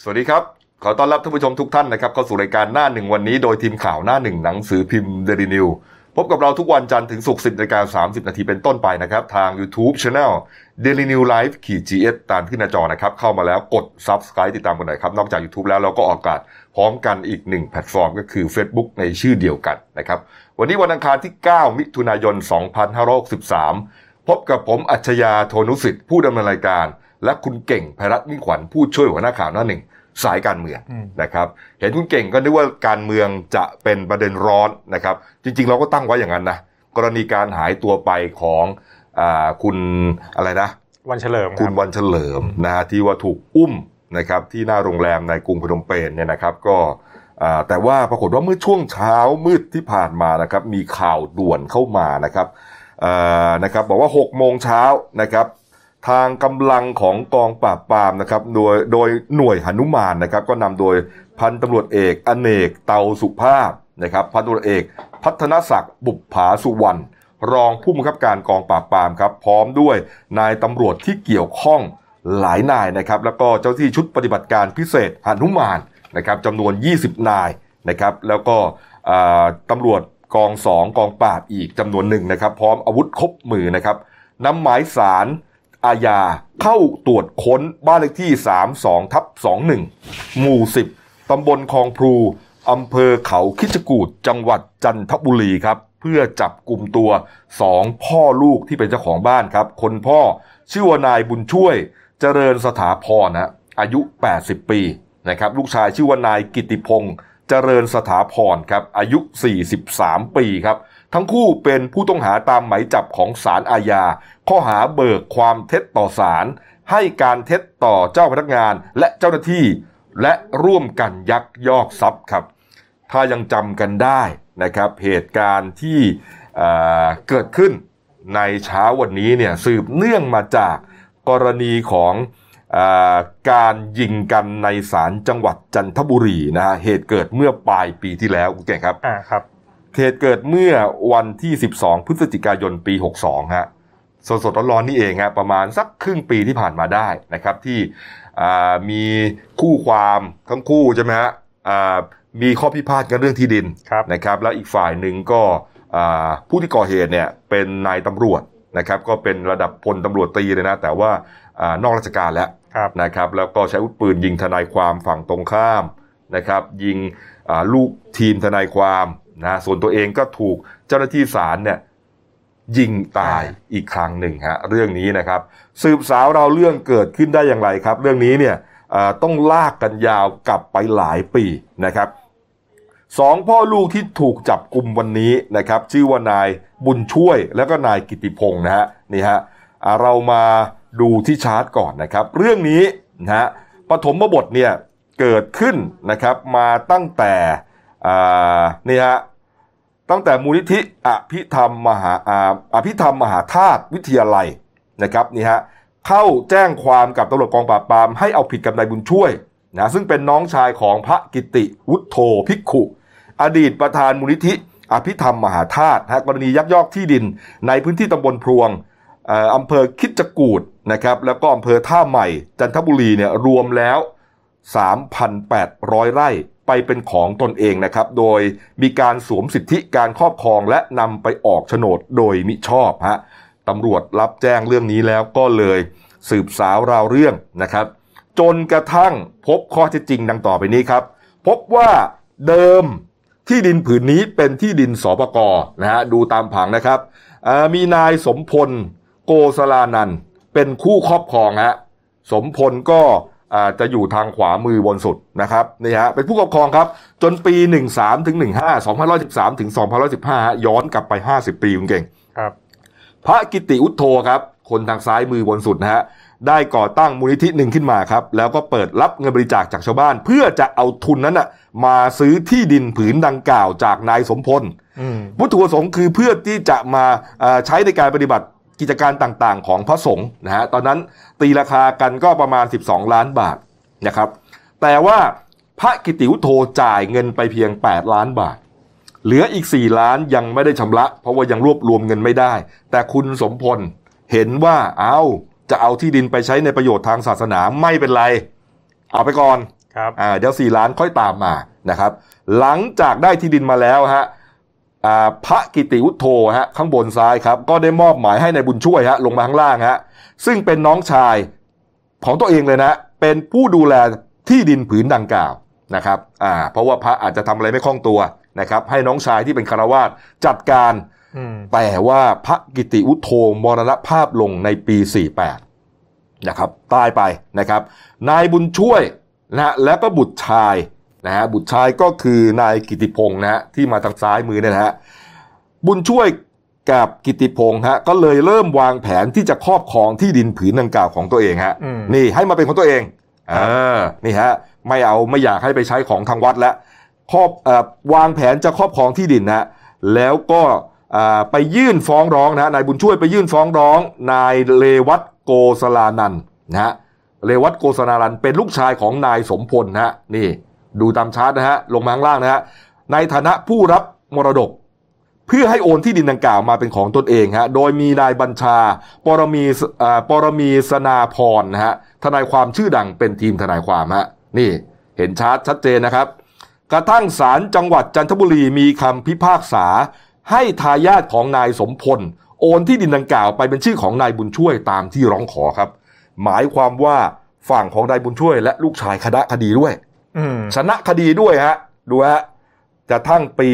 วัสดีครับขอต้อนรับท่านผู้ชมทุกท่านนะครับเข้าสู่รายการหน้าหนึ่งวันนี้โดยทีมข่าวหน้าหนึ่งหนังสือพิมพ์ Daily News พบกับเราทุกวันจันทร์ถึงศุกร์ 10:30 น.เป็นต้นไปนะครับทาง YouTube Channel Daily News Live-GS ตามที่หน้าจอนะครับเข้ามาแล้วกด Subscribe ติดตามกันหน่อยครับนอกจาก YouTube แล้วเราก็ออกอากาศพร้อมกันอีก1แพลตฟอร์มก็คือ Facebook ในชื่อเดียวกันนะครับวันนี้วันอังคารที่9มิถุนายน2563พบกับผมอัจฉริยะ โทนุสิทธิ์ผู้ดำเนินรายการและคุณเก่งไพรัตน์มิ่งขวัญผู้ช่วยหัวหน้าข่าวหน้าหนึ่งสายการเมืองนะครับเห็นคุณเก่งก็นึกว่าการเมืองจะเป็นประเด็นร้อนนะครับจริงๆเราก็ตั้งไว้อย่างนั้นนะกรณีการหายตัวไปของคุณอะไรนะวันเฉลิมคุณวันเฉลิมนะฮะที่ว่าถูกอุ้มนะครับที่หน้าโรงแรมในกรุงพนมเปญเนี่ยนะครับก็แต่ว่าปรากฏว่าเมื่อช่วงเช้ามืดที่ผ่านมานะครับมีข่าวด่วนเข้ามานะครับบอกว่า6 โมงเช้านะครับทางกำลังของกองปราบปรามนะครับโดยหน่วยหนุมานนะครับก็นำโดยพันตำรวจเอกอเนกเตาสุภาพนะครับพันตำรวจเอกพัฒนศักดิ์บุปผาสุวรรณรองผู้บังคับการกองปราบปรามครับพร้อมด้วยนายตำรวจที่เกี่ยวข้องหลายนายนะครับแล้วก็เจ้าที่ชุดปฏิบัติการพิเศษหนุมานนะครับจำนวน20 นายนะครับแล้วก็ตำรวจกอง2กองปราบอีกจำนวนหนึ่งนะครับพร้อมอาวุธครบมือนะครับนำหมายสารอาญาเข้าตรวจค้นบ้านเลขที่ 32/21 หมู่ 10 ตำบลคลองพลูอำเภอเขาคิชกูฏจังหวัดจันทบุรีครับเพื่อจับกลุ่มตัว2พ่อลูกที่เป็นเจ้าของบ้านครับคนพ่อชื่อว่านายบุญช่วยเจริญสถาพรนะอายุ80 ปีนะครับลูกชายชื่อว่านายกิติพงษ์เจริญสถาพรครับอายุ43 ปีครับทั้งคู่เป็นผู้ต้องหาตามหมายจับของศาลอาญาข้อหาเบิกความเท็จต่อศาลให้การเท็จต่อเจ้าพนักงานและเจ้าหน้าที่และร่วมกันยักยอกทรัพย์ครับถ้ายังจำกันได้นะครับเหตุการณ์ที่เกิดขึ้นในเช้าวันนี้เนี่ยสืบเนื่องมาจากกรณีของการยิงกันในศาลจังหวัดจันทบุรีนะฮะเหตุเกิดเมื่อปลายปีที่แล้วคุณเก่งครับครับเหตุเกิดเมื่อวันที่12พฤศจิกายนปี62ฮะสดๆร้อนๆนี่เองฮะประมาณสักครึ่งปีที่ผ่านมาได้นะครับที่มีคู่ความทั้งคู่ใช่ไหมฮะมีข้อพิพาทกันเรื่องที่ดินนะครับแล้วอีกฝ่ายหนึ่งก็ผู้ที่ก่อเหตุเนี่ยเป็นนายตำรวจนะครับก็เป็นระดับพลตำรวจตรีเลยนะแต่ว่านอกราชการแล้วนะครับแล้วก็ใช้อาวุธปืนยิงทนายความฝั่งตรงข้ามนะครับยิงลูกทีมทนายความนะส่วนตัวเองก็ถูกเจ้าหน้าที่ศาลเนี่ยยิงตายอีกครั้งหนึ่งฮะเรื่องนี้นะครับสืบสาวเราเรื่องเกิดขึ้นได้อย่างไรครับเรื่องนี้เนี่ยต้องลากกันยาวกลับไปหลายปีนะครับ2พ่อลูกที่ถูกจับกุมวันนี้นะครับชื่อว่านายบุญช่วยแล้วก็นายกิติพงษ์นะฮะนี่ฮะเรามาดูที่ชาร์ตก่อนนะครับเรื่องนี้นะฮะปฐมบทเนี่ยเกิดขึ้นนะครับมาตั้งแต่นี่ฮะตั้งแต่มูลนิธิอภิธรรมมหาธาตุวิทยาลัยนะครับนี่ฮะเข้าแจ้งความกับตำรวจกองปราบปรามให้เอาผิดกับนายบุญช่วยนะซึ่งเป็นน้องชายของพระกิติวุฒโธภิกขุอดีตประธานมูลนิธิอภิธรรมมหาธาตุกรณียักยอกที่ดินในพื้นที่ตำบลพลวงอำเภอคิชกูฏนะครับแล้วก็อำเภอท่าใหม่จันทบุรีเนี่ยรวมแล้ว 3,800 ไร่ไปเป็นของตนเองนะครับโดยมีการสวมสิทธิการครอบครองและนำไปออกโฉนดโดยมิชอบฮะตำรวจรับแจ้งเรื่องนี้แล้วก็เลยสืบสาวราวเรื่องนะครับจนกระทั่งพบข้อเท็จจริงดังต่อไปนี้ครับพบว่าเดิมที่ดินผืนนี้เป็นที่ดินสปก.นะฮะดูตามผังนะครับมีนายสมพลโกศลานันท์เป็นคู่ครอบครองฮะสมพลก็จะอยู่ทางขวามือบนสุดนะครับนี่ฮะเป็นผู้ครอบครองครับจนปี13ถึง15 2513ถึง2515ย้อนกลับไป50 ปีคุณเก่งครับพระกิติวุฒโธครับคนทางซ้ายมือบนสุดนะฮะได้ก่อตั้งมูลนิธิหนึ่งขึ้นมาครับแล้วก็เปิดรับเงินบริจาคจากชาวบ้านเพื่อจะเอาทุนนั้นน่ะมาซื้อที่ดินผืนดังกล่าวจากนายสมพลวัตถุประสงค์คือเพื่อที่จะมาใช้ในการปฏิบัติกิจการต่างๆของพระสงฆ์นะฮะตอนนั้นตีราคากันก็ประมาณ12 ล้านบาทนะครับแต่ว่าพระกิติวุฒโธจ่ายเงินไปเพียง8 ล้านบาทเหลืออีก4 ล้านยังไม่ได้ชำระเพราะว่ายังรวบรวมเงินไม่ได้แต่คุณสมพลเห็นว่าจะเอาที่ดินไปใช้ในประโยชน์ทางศาสนาไม่เป็นไรเอาไปก่อนครับเดี๋ยว4 ล้านค่อยตามมานะครับหลังจากได้ที่ดินมาแล้วฮะพระกิติวุฒโธฮะข้างบนซ้ายครับก็ได้มอบหมายให้นายบุญช่วยฮะลงมาข้างล่างฮะซึ่งเป็นน้องชายของตัวเองเลยนะเป็นผู้ดูแลที่ดินผืนดังกล่าวนะครับเพราะว่าพระอาจจะทำอะไรไม่คล่องตัวนะครับให้น้องชายที่เป็นฆราวาสจัดการแต่ว่าพระกิติวุฒโธมรณภาพลงในปี 48นะครับตายไปนะครับนายบุญช่วยนะแล้วก็บุตรชายนะฮะบุตรชายก็คือนายกิติพงษ์นะฮะที่มาทางซ้ายมือเนี่ยนะฮะบุญช่วยกับกิติพงษ์ฮะก็เลยเริ่มวางแผนที่จะครอบครองที่ดินผืนดังกล่าวของตัวเองฮะนี่ให้มาเป็นของตัวเองนี่ฮะไม่อยากให้ไปใช้ของทางวัดแล้ววางแผนจะครอบครองที่ดินนะแล้วก็ไปยื่นฟ้องร้องนะนายบุญช่วยไปยื่นฟ้องร้องนายเลวัตโกศลานันท์นะฮะเลวัตโกศลานันท์เป็นลูกชายของนายสมพลนะฮะนี่ดูตามชาร์ตนะฮะลงมาข้างล่างนะฮะในฐานะผู้รับมรดกเพื่อให้โอนที่ดินดังกล่าวมาเป็นของตนเองฮะโดยมีนายบัญชาปรมีสนาพรนะฮะทนายความชื่อดังเป็นทีมทนายความฮะนี่เห็นชัดเจนนะครับกระทั่งศาลจังหวัดจันทบุรีมีคำพิพากษาให้ทายาทของนายสมพลโอนที่ดินดังกล่าวไปเป็นชื่อของนายบุญช่วยตามที่ร้องขอครับหมายความว่าฝั่งของนายบุญช่วยและลูกชายชนะคดีด้วยชนะคดีด้วยฮะดูฮะจะทั้งปี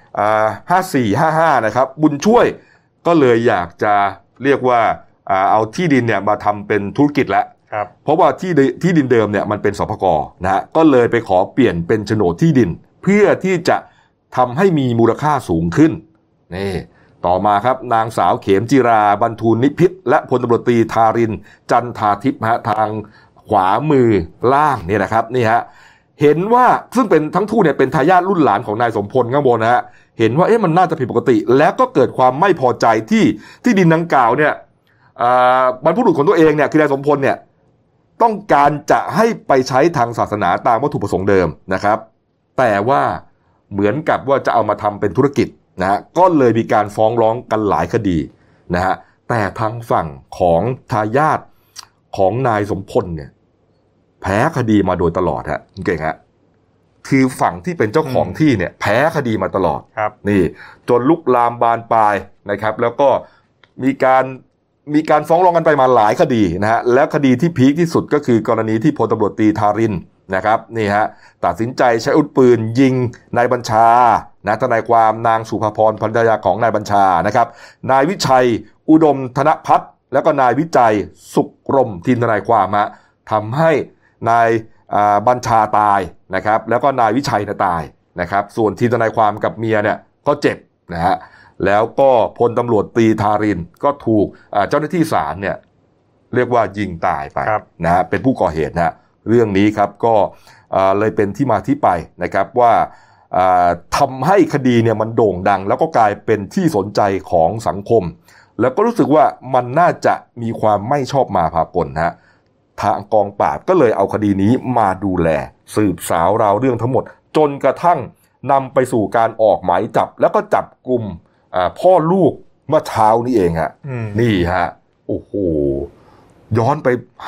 54-55นะครับบุญช่วยก็เลยอยากจะเรียกว่าเอาที่ดินเนี่ยมาทำเป็นธุรกิจแล้วเพราะว่าที่ดินเดิมเนี่ยมันเป็นสปก.นะฮะก็เลยไปขอเปลี่ยนเป็นโฉนดที่ดินเพื่อที่จะทำให้มีมูลค่าสูงขึ้นนี่ต่อมาครับนางสาวเขมจิราบรรทูลนิพิษและพลตำรวจตรีธารินทร์จันทาทิพย์ฮะทางขวามือล่างนี่นะครับนี่ฮะเห็นว่าซึ่งเป็นทั้งคู่เนี่ยเป็นทายาทรุ่นหลานของนายสมพลข้างบนนะฮะเห็นว่ามันน่าจะผิดปกติแล้วก็เกิดความไม่พอใจที่ดินดังกล่าวเนี่ยบรรพบุรุษของตัวเองเนี่ยคือนายสมพลเนี่ยต้องการจะให้ไปใช้ทางศาสนาตามวัตถุประสงค์เดิมนะครับแต่ว่าเหมือนกับว่าจะเอามาทำเป็นธุรกิจนะฮะก็เลยมีการฟ้องร้องกันหลายคดีนะฮะแต่ทางฝั่งของทายาทของนายสมพลเนี่ยแพ้คดีมาโดยตลอดฮะเก่งฮะคือฝั่งที่เป็นเจ้าของที่เนี่ยแพ้คดีมาตลอดนี่จนลุกลามบานปลายนะครับแล้วก็มีการฟ้องร้องกันไปมาหลายคดีนะฮะแล้วคดีที่พีคที่สุดก็คือกรณีที่พลตำรวจตรีธารินทร์นะครับนี่ฮะตัดสินใจใช้อาวุธปืนยิงนายบัญชานะทนายความนางสุภพรภรรยาของนายบัญชานะครับนายวิชัยอุดมธนพัฒน์แล้วก็นายวิจัยสุขรมทีมทนายความทำให้นายบัญชาตายนะครับแล้วก็นายวิชัยตายนะครับส่วนทีมทนายความกับเมียเนี่ยก็เจ็บนะฮะแล้วก็พลตำรวจตรีธารินทร์ก็ถูกเจ้าหน้าที่ศาลเนี่ยเรียกว่ายิงตายไปนะฮะเป็นผู้ก่อเหตุนะเรื่องนี้ครับก็เลยเป็นที่มาที่ไปนะครับว่าทำให้คดีเนี่ยมันโด่งดังแล้วก็กลายเป็นที่สนใจของสังคมแล้วก็รู้สึกว่ามันน่าจะมีความไม่ชอบมาพากลฮะทางกองปราบก็เลยเอาคดีนี้มาดูแลสืบสาวราวเรื่องทั้งหมดจนกระทั่งนำไปสู่การออกหมายจับแล้วก็จับกุมพ่อลูกเมื่อเช้านี้เองฮะนี่ฮะโอ้โหย้อนไป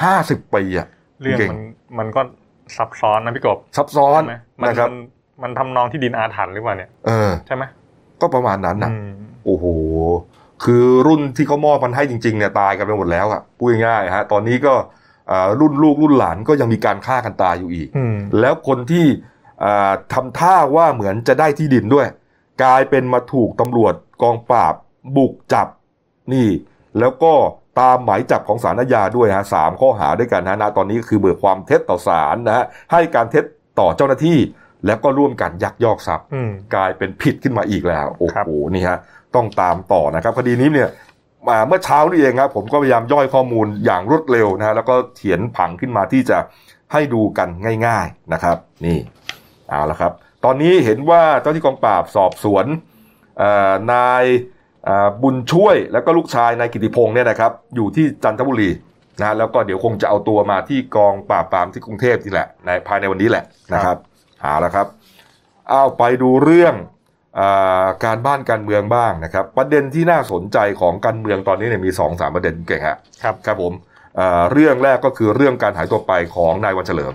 50 ปีอะเรื่องมันก็ซับซ้อนนะพี่กบซับซ้อนนะครับมันทำนองที่ดินอาถรรพ์หรือเปล่าเนี่ยใช่ไหมก็ประมาณนั้นนะโอ้โหคือรุ่นที่เขามอบมันให้จริงๆเนี่ยตายกันไปหมดแล้วอะพูดง่ายๆฮะตอนนี้ก็รุ่นลูกรุ่นหลานก็ยังมีการฆ่ากันตายอยู่อีกแล้วคนที่ทำท่าว่าเหมือนจะได้ที่ดินด้วยกลายเป็นมาถูกตำรวจกองปราบบุกจับนี่แล้วก็ตามหมายจับของศาลอาญาด้วยฮะ3 ข้อหาด้วยกันนะตอนนี้คือเบิกความเท็จต่อศาลนะฮะให้การเท็จต่อเจ้าหน้าที่แล้วก็ร่วมกันยักยอกทรัพย์กลายเป็นผิดขึ้นมาอีกแล้วโอ้โหนี่ฮะต้องตามต่อนะครับคดีนี้เนี่ยเมื่อเช้านี่เองครับผมก็พยายามย่อยข้อมูลอย่างรวดเร็วนะฮะแล้วก็เขียนผังขึ้นมาที่จะให้ดูกันง่ายๆนะครับนี่เอาละครับตอนนี้เห็นว่าเจ้าที่กองปราบสอบสวนนายบุญช่วยแล้วก็ลูกชายนายกิติพงษ์เนี่ยนะครับอยู่ที่จันทบุรีนะแล้วก็เดี๋ยวคงจะเอาตัวมาที่กองปราบปรามที่กรุงเทพนี่แหละภายในวันนี้แหละนะครับหาแล้วครับเอาไปดูเรื่องการบ้านการเมืองบ้างนะครับประเด็นที่น่าสนใจของการเมืองตอนนี้เนี่ยมี 2-3 ประเด็นเก่งครับผมเรื่องแรกก็คือเรื่องการหายตัวไปของนายวันเฉลิม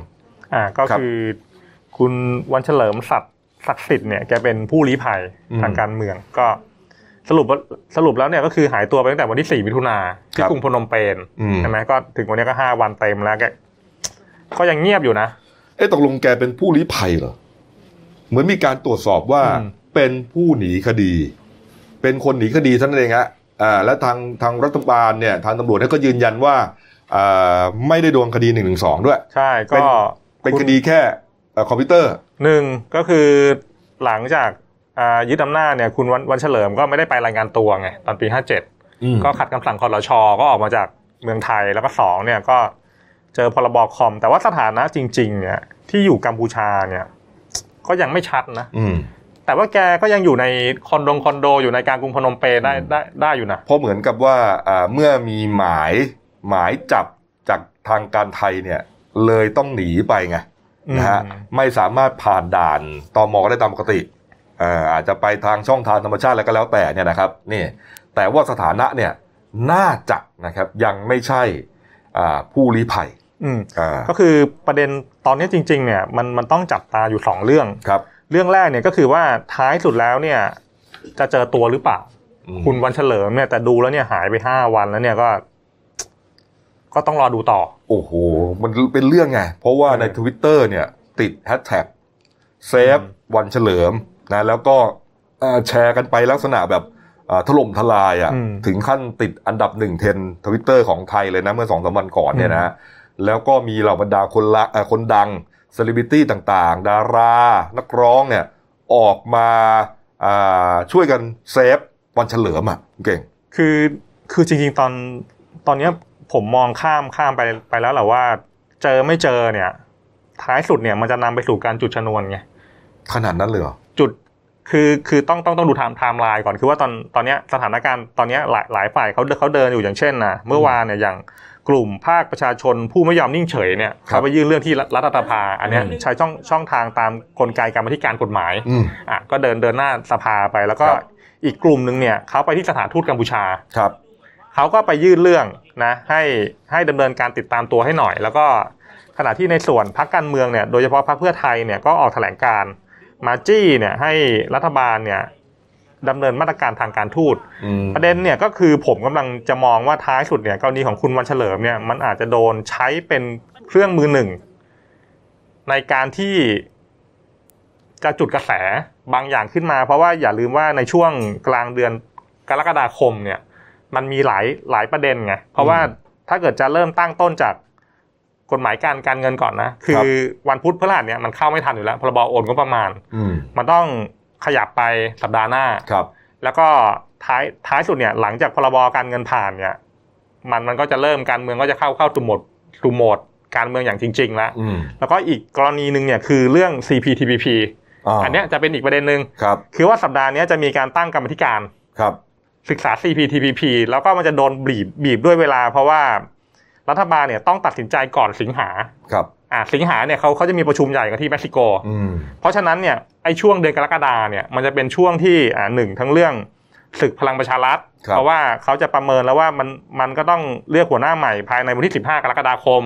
ก็คือคุณวันเฉลิมศักดิ์สิทธิ์เนี่ยแกเป็นผู้ลี้ภัยทางการเมืองก็สรุปแล้วเนี่ยก็คือหายตัวไปตั้งแต่วันที่4 มิถุนายนที่กรุงพนมเปญใช่ไหมก็ถึงวันนี้ก็5 วันเต็มแล้วแกก็ยังเงียบอยู่นะตกลงแกเป็นผู้ลี้ภัยเหรอเหมือนมีการตรวจสอบว่าเป็นผู้หนีคดีเป็นคนหนีคดีเท่านั้นเองฮะและทางรัฐบาลเนี่ยทางตำรวจก็ยืนยันว่าไม่ได้โดนคดี112ด้วยใช่ก็เป็นคดีแค่คอมพิวเตอร์ 1ก็คือหลังจากยึดอำนาจเนี่ยคุณวันเฉลิมก็ไม่ได้ไปรายงานตัวไงตอนปี57ก็ขัดคำสั่งครช.ก็ออกมาจากเมืองไทยแล้วก็2เนี่ยก็เจอพรบคอมแต่ว่าสถานะจริงๆเนี่ยที่อยู่กัมพูชาเนี่ยก็ยังไม่ชัดนะแต่ว่าแกก็ยังอยู่ในคอนโดอยู่ในกลางกรุงพนมเปญได้อยู่นะเพราะเหมือนกับว่าเมื่อมีหมายจับจากทางการไทยเนี่ยเลยต้องหนีไปไงนะฮะไม่สามารถผ่านด่านตม.ได้ตามปกติอาจจะไปทางช่องทางธรรมชาติอะไรก็แล้วแต่เนี่ยนะครับนี่แต่ว่าสถานะเนี่ยน่าจะนะครับยังไม่ใช่ผู้ลี้ภัยก็คือประเด็นตอนนี้จริงๆเนี่ยมันต้องจับตาอยู่2เรื่องครับเรื่องแรกเนี่ยก็คือว่าท้ายสุดแล้วเนี่ยจะเจอตัวหรือเปล่าคุณวันเฉลิมเนี่ยแต่ดูแล้วเนี่ยหายไป5 วันแล้วเนี่ยก็ต้องรอดูต่อโอ้โหมันเป็นเรื่องไงเพราะว่าใน Twitter เนี่ยติดแฮชแท็กเซฟวันเฉลิมนะแล้วก็แชร์กันไปลักษณะแบบถล่มทลายถึงขั้นติดอันดับ1 เทรนด์ Twitter ของไทยเลยนะเมื่อ 2-3 วันก่อนเนี่ยนะแล้วก็มีเหล่าบรรดาคนดังเซเลบริตี้ต่างๆดารานักร้องเนี่ยออกมาช่วยกันเซฟวันเฉลิมเก่งคือจริงๆตอนนี้ผมมองข้ามไปแล้วแหละว่าเจอไม่เจอเนี่ยท้ายสุดเนี่ยมันจะนำไปสู่การจุดชนวนไงขนาดนั้นเลยเหรอจุดคือต้องดูไทม์ไลน์ก่อนคือว่าตอนนี้สถานการณ์ตอนนี้หลายฝ่ายเขาเดินอยู่อย่างเช่นเมื่อวานเนี่ยอย่างกลุ่มภาคประชาชนผู้ไม่ยอมนิ่งเฉยเนี่ยเขาไปยื่นเรื่องที่รัฐสภาอันนี้ใช้ช่องทางตามกลไกกรรมาธิการกฎหมายก็เดินหน้าสภาไปแล้วก็อีกกลุ่มนึงเนี่ยเขาไปที่สถานทูตกัมพูชาครับเขาก็ไปยื่นเรื่องนะให้ดำเนินการติดตามตัวให้หน่อยแล้วก็ขณะที่ในส่วนพรรคการเมืองเนี่ยโดยเฉพาะพรรคเพื่อไทยเนี่ยก็ออกแถลงการมาจี้เนี่ยให้รัฐบาลเนี่ยดำเนินมาตรการทางการทูตประเด็นเนี่ยก็คือผมกำลังจะมองว่าท้ายสุดเนี่ยกรณีของคุณวันเฉลิมเนี่ยมันอาจจะโดนใช้เป็นเครื่องมือหนึ่งในการที่จะจุดกระแสบางอย่างขึ้นมาเพราะว่าอย่าลืมว่าในช่วงกลางเดือนกรกฎาคมเนี่ยมันมีหลายประเด็นไงเพราะว่าถ้าเกิดจะเริ่มตั้งต้นจากกฎหมายการเงินก่อนนะคือวันพุธพฤหัสเนี่ยมันเข้าไม่ทันอยู่แล้วพรบโอนงบประมาณมันต้องขยับไปสัปดาห์หน้าแล้วก็ท้ายสุดเนี่ยหลังจากพรบการเงินผ่านเนี่ยมันก็จะเริ่มการเมืองก็จะเข้าสู่โหมดการเมืองอย่างจริงๆแล้วก็อีกกรณีนึงเนี่ยคือเรื่อง CPTPP อันนี้จะเป็นอีกประเด็นนึงคือว่าสัปดาห์นี้จะมีการตั้งกรรมธิการศึกษา CPTPP แล้วก็มันจะโดนบีบด้วยเวลาเพราะว่ารัฐบาลเนี่ยต้องตัดสินใจก่อนสิงหาสิงหาเนี่ยเขาจะมีประชุมใหญ่กันที่เม็กซิโกเพราะฉะนั้นเนี่ยไอ้ช่วงเดือนกรกฎาเนี่ยมันจะเป็นช่วงที่1ทั้งเรื่องศึกพลังประชารัฐเพราะว่าเขาจะประเมินแล้วว่ามันก็ต้องเลือกหัวหน้าใหม่ภายในวันที่15 กรกฎาคม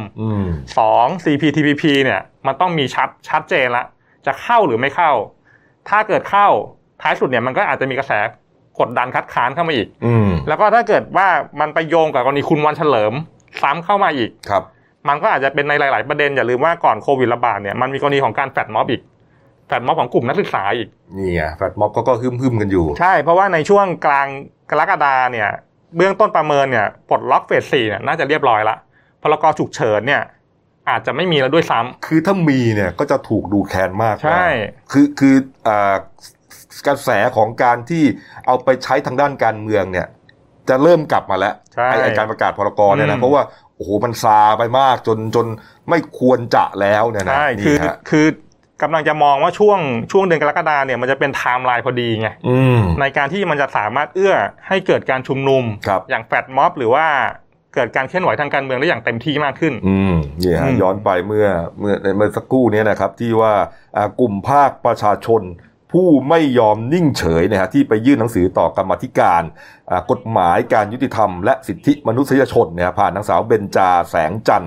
2 CPTPP เนี่ยมันต้องมีชัดเจนละจะเข้าหรือไม่เข้าถ้าเกิดเข้าท้ายสุดเนี่ยมันก็อาจจะมีกระแสกดดันคัดค้านเข้ามาอีกแล้วก็ถ้าเกิดว่ามันไปโยงกับกรณีคุณวันเฉลิมซ้ำเข้ามาอีกมันก็อาจจะเป็นในหลายๆประเด็นอย่าลืมว่าก่อนโควิดระบาดเนี่ยมันมีกรณีของการแฟลตม็อบอีกแฟลตม็อบของกลุ่มนักศึกษาอีกนี่ไงแฟลตม็อบก็ฮึ่มๆกันอยู่ใช่เพราะว่าในช่วงกลางกรกฎาเนี่ยเบื้องต้นประเมินเนี่ยปลดล็อกเฟส 4เนี่ยน่าจะเรียบร้อยละพรกฉุกเฉินเนี่ยอาจจะไม่มีแล้วด้วยซ้ำคือถ้ามีเนี่ยก็จะถูกดูแคลนมากใช่คือกระแสของการที่เอาไปใช้ทางด้านการเมืองเนี่ยจะเริ่มกลับมาแล้วไอ้การประกาศพรกเนี่ยนะเพราะว่าโอ้โหมันซาไปมากจนไม่ควรจะแล้วเนี่ยนะใช่คือกำลังจะมองว่าช่วงเดือนกรกฎาเนี่ยมันจะเป็นไทม์ไลน์พอดีไงในการที่มันจะสามารถเอื้อให้เกิดการชุมนุมอย่างแฟลตม็อบหรือว่าเกิดการเคลื่อนไหวทางการเมืองได้อย่างเต็มที่มากขึ้นนี่ฮะย้อนไปเมื่อสักครู่นี้นะครับที่ว่ากลุ่มภาคประชาชนผู้ไม่ยอมนิ่งเฉยนะฮะที่ไปยื่นหนังสือต่อกรรมาธิการกฎหมายการยุติธรรมและสิทธิมนุษยชนเนี่ยผ่านนางสาวเบญจาแสงจันทร์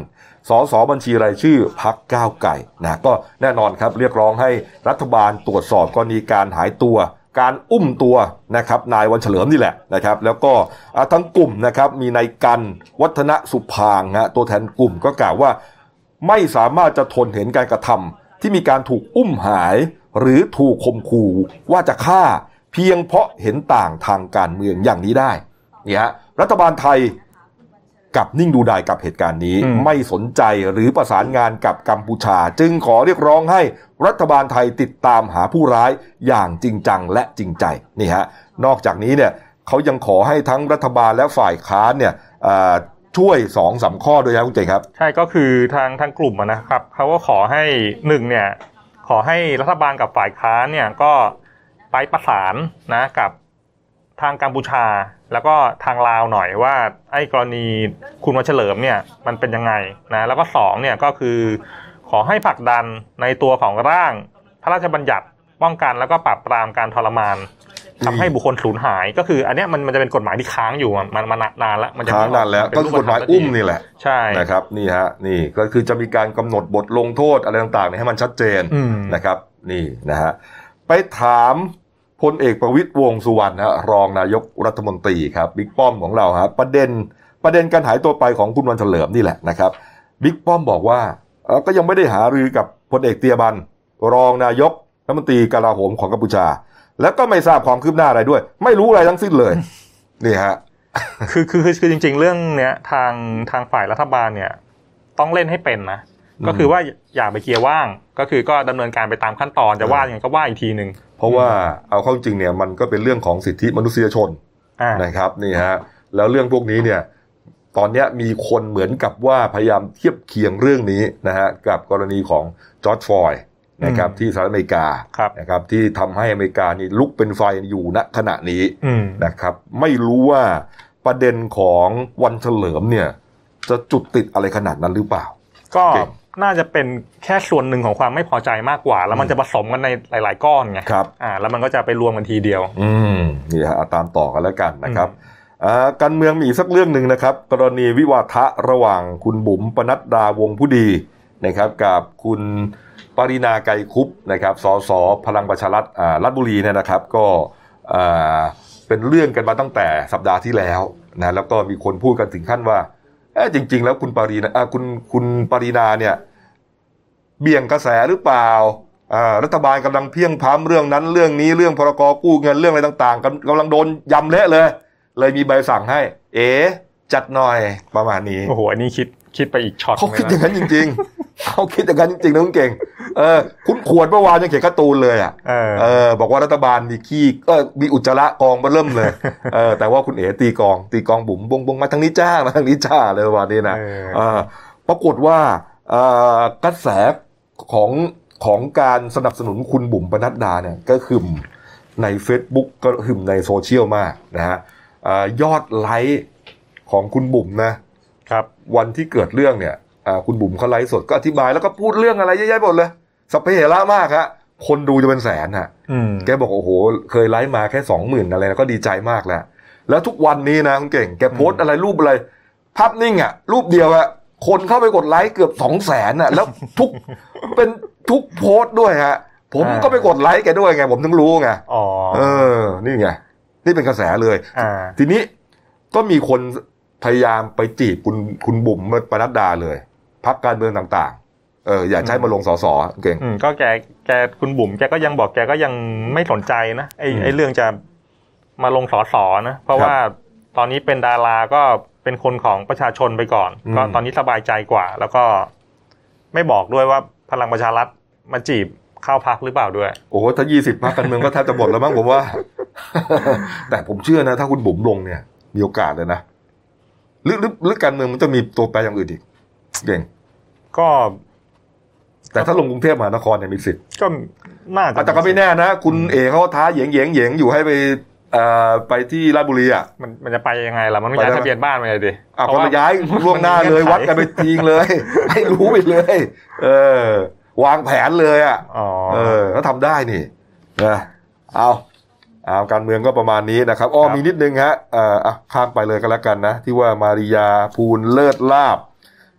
สสบัญชีรายชื่อพรรคก้าวไกลนะก็แน่นอนครับเรียกร้องให้รัฐบาลตรวจสอบกรณีการหายตัวการอุ้มตัวนะครับนายวันเฉลิมนี่แหละนะครับแล้วก็ทั้งกลุ่มนะครับมีนายกันวัฒนสุพางค์ตัวแทนกลุ่มก็กล่าวว่าไม่สามารถจะทนเห็นการกระทำที่มีการถูกอุ้มหายหรือถูกข่มขู่ว่าจะฆ่าเพียงเพราะเห็นต่างทางการเมืองอย่างนี้ได้เนี่ยรัฐบาลไทยกับนิ่งดูดายกับเหตุการณ์นี้ไม่สนใจหรือประสานงานกับกัมพูชาจึงขอเรียกร้องให้รัฐบาลไทยติดตามหาผู้ร้ายอย่างจริงจังและจริงใจนี่ฮะนอกจากนี้เนี่ยเขายังขอให้ทั้งรัฐบาลและฝ่ายค้านเนี่ยช่วย 2-3 ข้อด้วยนะคุณเจครับใช่ก็คือทางกลุ่มนะครับเขาก็ขอให้1เนี่ยขอให้รัฐบาลกับฝ่ายค้านเนี่ยก็ไปประสานนะกับทางกัมพูชาแล้วก็ทางลาวหน่อยว่าไอ้กรณีคุณวันเฉลิมเนี่ยมันเป็นยังไงนะแล้วก็2เนี่ยก็คือขอให้ผลักดันในตัวของร่างพระราชบัญญัติป้องกันแล้วก็ปราบปรามการทรมานทำให้บุคคลสูญหายก็คืออันเนี้ยมันจะเป็นกฎหมายที่ค้างอยู่มันนานแล้วมันจะค้างนานแล้วก็คือกฎหมายอุ้มนี่แหละใช่นะครับนี่ฮะนี่ก็คือจะมีการกำหนดบทลงโทษอะไรต่างๆให้มันชัดเจนนะครับนี่นะฮะไปถามพลเอกประวิตรวงษ์สุวรรณรองนายกรัฐมนตรีครับบิ๊กป้อมของเราฮะประเด็นการหายตัวไปของคุณวันเฉลิมนี่แหละนะครับบิ๊กป้อมบอกว่าก็ยังไม่ได้หารือกับพลเอกเตียบันรองนายกรัฐมนตรีกลาโหมของกัมพูชาแล้วก็ไม่ทราบความคืบหน้าอะไรด้วยไม่รู้อะไรทั้งสิ้นเลยนี่ฮะคือจริงๆเรื่องเนี้ยทางฝ่ายรัฐบาลเนี่ยต้องเล่นให้เป็นนะก็คือว่าอย่าไปเกียร์ว่างก็คือก็ดำเนินการไปตามขั้นตอนจะว่าอย่างไรก็ว่าอีกทีนึงเพราะว่าเอาเข้าจริงเนี่ยมันก็เป็นเรื่องของสิทธิมนุษยชนนะครับนี่ฮะแล้วเรื่องพวกนี้เนี่ยตอนนี้มีคนเหมือนกับว่าพยายามเทียบเคียงเรื่องนี้นะฮะกับกรณีของจอร์จฟลอยด์นะครับที่สหรัฐอเมริกานะครับที่ทำให้อเมริกานี่ลุกเป็นไฟอยู่ณขณะนี้นะครับไม่รู้ว่าประเด็นของวันเฉลิมเนี่ยจะจุดติดอะไรขนาดนั้นหรือเปล่าก็น่าจะเป็นแค่ส่วนหนึ่งของความไม่พอใจมากกว่าแล้วมันจะผสมกันในหลายๆก้อนไงครับแล้วมันก็จะไปรวมกันทีเดียวนี่ฮะตามต่อกันแล้วกันนะครับการเมืองมีสักเรื่องนึงนะครับกรณีวิวาทะระหว่างคุณบุ๋มปนัดดาวงผู้ดีนะครับกับคุณปรินาไกรคุปนะครับสสพลังประชารัฐราชบุรีเนี่ยนะครับก็เป็นเรื่องกันมาตั้งแต่สัปดาห์ที่แล้วนะแล้วก็มีคนพูดกันถึงขั้นว่าจริงๆแล้วคุณปรินาเนี่ยเบี่ยงกระแสหรือเปล่ารัฐบาลกำลังเพียงพร้ำเรื่องนั้นเรื่องนี้เรื่องพรกกู้เงินเรื่องอะไรต่างๆกำลังโดนยำเละเลยมีใบสั่งให้จัดหน่อยประมาณนี้โอ้โหอันนี้คิดไปอีกช็อตเขาคิดอย่างนั้นจริงๆเขาคิดอย่างนั้นจริงๆนะคุณเก่งคุณขวดเมื่อวานยังเขียนการ์ตูนเลยบอกว่ารัฐบาลมีขี้มีอุจจาระกองมาเริ่มเลยแต่ว่าคุณตีกองบุ๋มบงมาทางนี้จ้าเลยวันนี้นะปรากฏว่ากระแสของการสนับสนุนคุณบุ๋มปนัดดาเนี่ยก็คือใน Facebook ก็หึ่มในโซเชียลมากนะฮะยอดไลค์ของคุณบุ๋มนะครับวันที่เกิดเรื่องเนี่ยคุณบุ๋มเขาไลฟ์สดก็อธิบายแล้วก็พูดเรื่องอะไรเยอะๆหมดเลยสัพเพเหระมากฮะคนดูจะเป็นแสนฮะแกบอกโอ้โหเคยไลฟ์มาแค่ 20,000 อะไรแล้วก็ดีใจมากแล้วทุกวันนี้นะคุณเก่งแกโพสต์อะไรรูปอะไรภาพนิ่งรูปเดียวคนเข้าไปกดไลค์เกือบ 200,000 แล้วทุกโพสต์ด้วยฮะผมก็ไปกดไลค์แกด้วยไงผมถึงรู้ไงนี่ไงนี่เป็นกระแสเลยทีนี้ก็มีคนพยายามไปจีบคุณบุ๋มปนัดดาเลยพรรคการเมืองต่างๆอยากใช้มาลงสสเก่งก็แกคุณบุ๋มแกก็ยังบอกแกก็ยังไม่สนใจนะไอ้เรื่องจะมาลงสสนะเพราะว่าตอนนี้เป็นดาราก็เป็นคนของประชาชนไปก่อนก็ตอนนี้สบายใจกว่าแล้วก็ไม่บอกด้วยว่าพลังประชารัฐมาจีบเข้าพรรคหรือเปล่าด้วยโอ้ถ้า20 พรรคการเมืองก็แทบจะหมดแล้วมั้งผมว่า แต่ผมเชื่อนะถ้าคุณบุ๋มลงเนี่ยมีโอกาสเลยนะหรือการเมืองมันจะมีตัวแปรอย่างอื่นอีกเก่งก็แต่ถ้าลงกรุงเทพมหานครเนี่ยมีสิทธิ์ก็น่าจะแต่ก็ไม่แน่นะคุณเขาท้าเหยงอยู่ให้ไปที่ราชบุรีมันจะไปยังไงล่ะมันต้องย้ายทะเบียนบ้านไปเลยดิก็มาย้ายล่วงหน้าเลยวัดกันไปทิ้งเลยให้รู้ไปเลยวางแผนเลยก็ทำได้นี่นะเอาการเมืองก็ประมาณนี้นะครับมีนิดนึงฮะข้ามไปเลยก็แล้วกันนะที่ว่ามาริยาภูลเลิศลาภ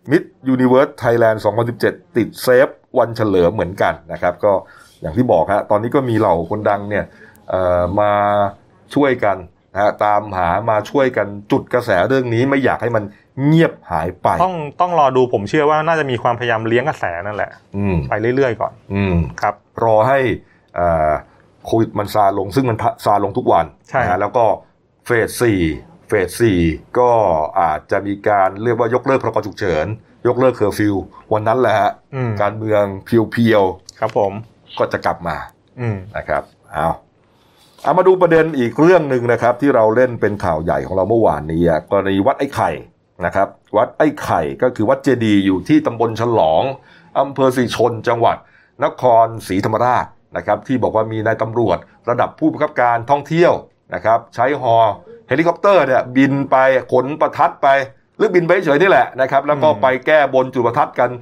Miss Universe Thailand 2017ติดเซฟวันเฉลิมเหมือนกันนะครับก็อย่างที่บอกฮะตอนนี้ก็มีเหล่าคนดังเนี่ยมาช่วยกันนะตามหามาช่วยกันจุดกระแสเรื่องนี้ไม่อยากให้มันเงียบหายไปต้องรอดูผมเชื่อว่าน่าจะมีความพยายามเลี้ยงกระแสนั่นแหละไปเรื่อยๆก่อนครับรอให้โควิดมันซาลงซึ่งมันซาลงทุกวันนะแล้วก็เฟส 4ก็อาจจะมีการเรียกว่ายกเลิกพรกฉุกเฉินยกเลิกเคอร์ฟิววันนั้นแหละฮะการเมืองเพียวๆครับผมก็จะกลับมานะครับเอามาดูประเด็นอีกเรื่องนึงนะครับที่เราเล่นเป็นข่าวใหญ่ของเราเมื่อวานนี้กรณีวัดไอ้ไข่นะครับวัดไอ้ไข่ก็คือวัดเจดีย์อยู่ที่ตำบลฉลองอำเภอศรีชนจังหวัดนครศรีธรรมราชนะครับที่บอกว่ามีนายตำรวจระดับผู้บังคับการท่องเที่ยวนะครับใช้เฮลิคอปเตอร์เนี่ยบินไปขนประทัดไปหรือบินไปเฉยนี่แหละนะครับแล้วก็ไปแก้บนจุดประทัดกัน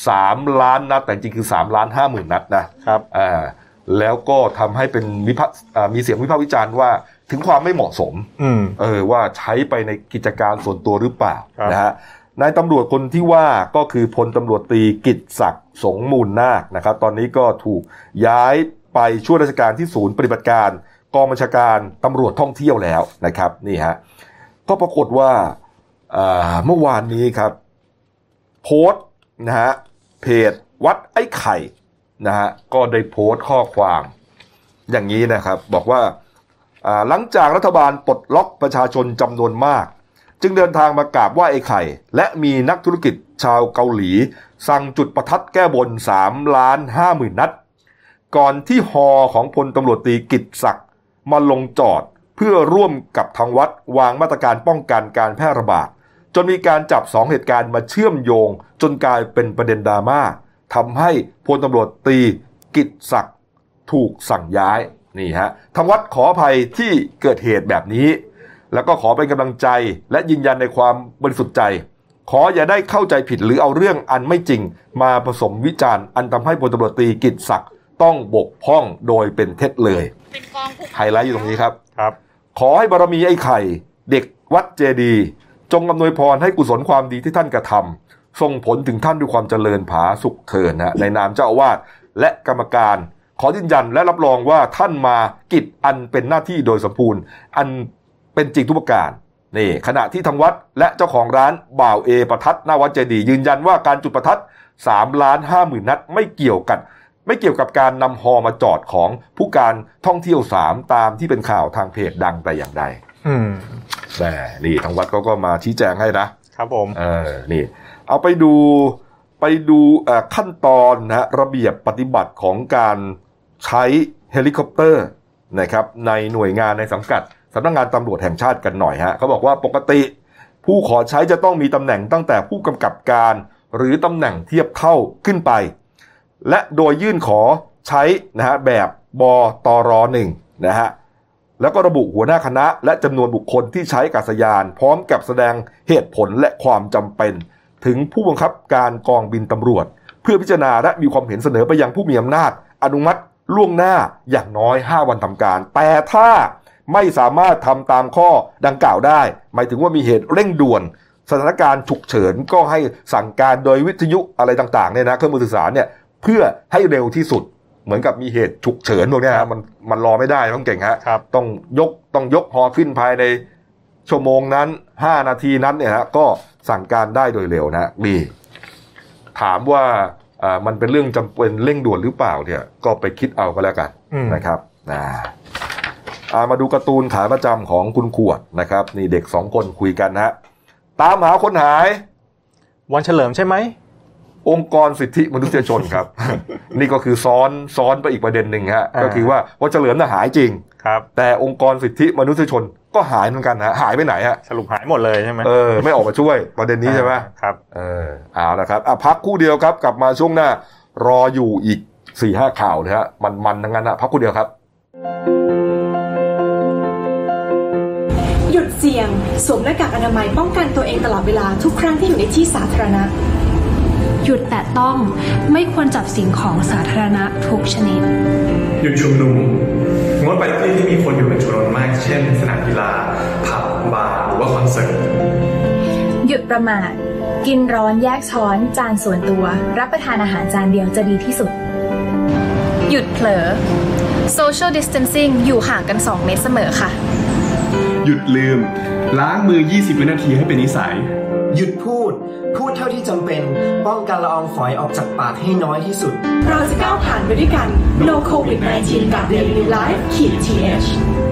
3ล้านนัดแต่จริงคือ3,50,000 นัดนะครับแล้วก็ทำให้เป็นมีเสียงวิพากษ์วิจารณ์ว่าถึงความไม่เหมาะสมว่าใช้ไปในกิจการส่วนตัวหรือเปล่านะฮะนายตำรวจคนที่ว่าก็คือพลตำรวจตรีกิตติศักดิ์สงมูลนาคนะครับตอนนี้ก็ถูกย้ายไปช่วยราชการที่ศูนย์ปฏิบัติการกองบัญชาการตำรวจท่องเที่ยวแล้วนะครับนี่ฮะก็ปรากฏว่าเมื่อวานนี้ครับโพสต์นะฮะเพจวัดไอ้ไข่นะฮะก็ได้โพสต์ข้อความอย่างนี้นะครับบอกว่าหลังจากรัฐบาลปลดล็อกประชาชนจำนวนมากจึงเดินทางมากราบไหว้ไอ้ไข่และมีนักธุรกิจชาวเกาหลีสั่งจุดประทัดแก้บน3,50,000 นัดก่อนที่ฮอของพลตำรวจตรีกิตติศักดิ์มาลงจอดเพื่อร่วมกับทางวัดวางมาตรการป้องกันการแพร่ระบาดจนมีการจับ2เหตุการณ์มาเชื่อมโยงจนกลายเป็นประเด็นดราม่าทำให้พลตำรวจตรีกิตติศักดิ์ถูกสั่งย้ายนี่ฮะทางวัดขออภัยที่เกิดเหตุแบบนี้แล้วก็ขอเป็นกำลังใจและยืนยันในความบริสุทธิ์ใจขออย่าได้เข้าใจผิดหรือเอาเรื่องอันไม่จริงมาผสมวิจารณ์อันทำให้พลตำรวจตรีกิตติศักดิ์ต้องบกพร่องโดยเป็นเท็จเลยไฮไลท์อยู่ตรงนี้ครับขอให้บารมีไอ้ไข่เด็กวัดเจดีย์จงอำนวยพรให้กุศลความดีที่ท่านกระทำส่งผลถึงท่านด้วยความเจริญผาสุขเถิดนะในนามเจ้าอาวาสและกรรมการขอยืนยันและรับรองว่าท่านมากิจอันเป็นหน้าที่โดยสมบูรณ์อันเป็นจริงทุกประการนี่ขณะที่ทางวัดและเจ้าของร้านบ่าวเอประทัดหน้าวัดเจดีย์ยืนยันว่าการจุดประทัด3,50,000 นัดไม่เกี่ยวกับการนำฮอมาจอดของผู้การท่องเที่ยว3ตามที่เป็นข่าวทางเพจดังแต่อย่างใดแต่นี่ทางวัดก็มาชี้แจงให้นะครับผมนี่เอาไปดูขั้นตอนนะระเบียบปฏิบัติของการใช้เฮลิคอปเตอร์นะครับในหน่วยงานในสังกัดสำนักงานตำรวจแห่งชาติกันหน่อยฮะเขาบอกว่าปกติผู้ขอใช้จะต้องมีตำแหน่งตั้งแต่ผู้กำกับการหรือตำแหน่งเทียบเท่าขึ้นไปและโดยยื่นขอใช้นะฮะแบบบตร1นะฮะแล้วก็ระบุหัวหน้าคณะและจำนวนบุคคลที่ใช้อากาศยานพร้อมกับแสดงเหตุผลและความจำเป็นถึงผู้บังคับการกองบินตำรวจเพื่อพิจารณาและมีความเห็นเสนอไปยังผู้มีอำนาจอนุมัติล่วงหน้าอย่างน้อย5วันทำการแต่ถ้าไม่สามารถทำตามข้อดังกล่าวได้หมายถึงว่ามีเหตุเร่งด่วนสถานการณ์ฉุกเฉินก็ให้สั่งการโดยวิทยุอะไรต่างๆเนี่ยนะเครื่องมือสื่อสารเนี่ยเพื่อให้เร็วที่สุดเหมือนกับมีเหตุฉุกเฉินพวกนี้ฮะมันรอไม่ได้ต้องเก่งฮะต้องยกฮอขึ้นภายในชั่วโมงนั้น5นาทีนั้นเนี่ยฮะก็สั่งการได้โดยเร็วนะดีถามว่ามันเป็นเรื่องจำเป็นเร่งด่วนหรือเปล่าเนี่ยก็ไปคิดเอาก็แล้วกันนะครับมาดูการ์ตูนขาประจำของคุณขวดนะครับนี่เด็ก2คนคุยกันนะตามหาคนหายวันเฉลิมใช่ไหมองค์กรสิทธิมนุษยชนครับ นี่ก็คือซ้อนไปอีกประเด็นหนึ่งฮะก็คือว่าวันเฉลิมน่ะหายจริงครับแต่องค์กรสิทธิมนุษยชนก็หายเหมือนกันฮะหายไปไหนฮะสรุปหายหมดเลยใช่ไหมไม่ออกมาช่วยประเด็นนี้ใช่ไหมครับเอาละครับพักคู่เดียวครับกลับมาช่วงหน้ารออยู่อีก 4-5 ข่าวเลยฮะมันทั้งนั้นฮะพักคู่เดียวครับหยุดเสี่ยงสวมหน้ากากอนามัยป้องกันตัวเองตลอดเวลาทุกครั้งที่อยู่ในที่สาธารณะหยุดแตะต้องไม่ควรจับสิ่งของสาธารณะทุกชนิดหยุดชุมนุมงดไปที่ที่มีคนอยู่เป็นจำนวนมากเช่นสนามกีฬาผับบาร์หรือว่าคอนเสิร์ตหยุดประมาทกินร้อนแยกช้อนจานส่วนตัวรับประทานอาหารจานเดียวจะดีที่สุดหยุดเผลอ Social Distancing อยู่ห่างกัน2 เมตรเสมอค่ะหยุดลืมล้างมือ20 วินาทีให้เป็นนิสัยหยุดพูดเท่าที่จำเป็นป้องกันละอองฝอยออกจากปากให้น้อยที่สุดเราจะก้าวผ่านไปด้วยกัน No COVID-19 กับ Live New Life th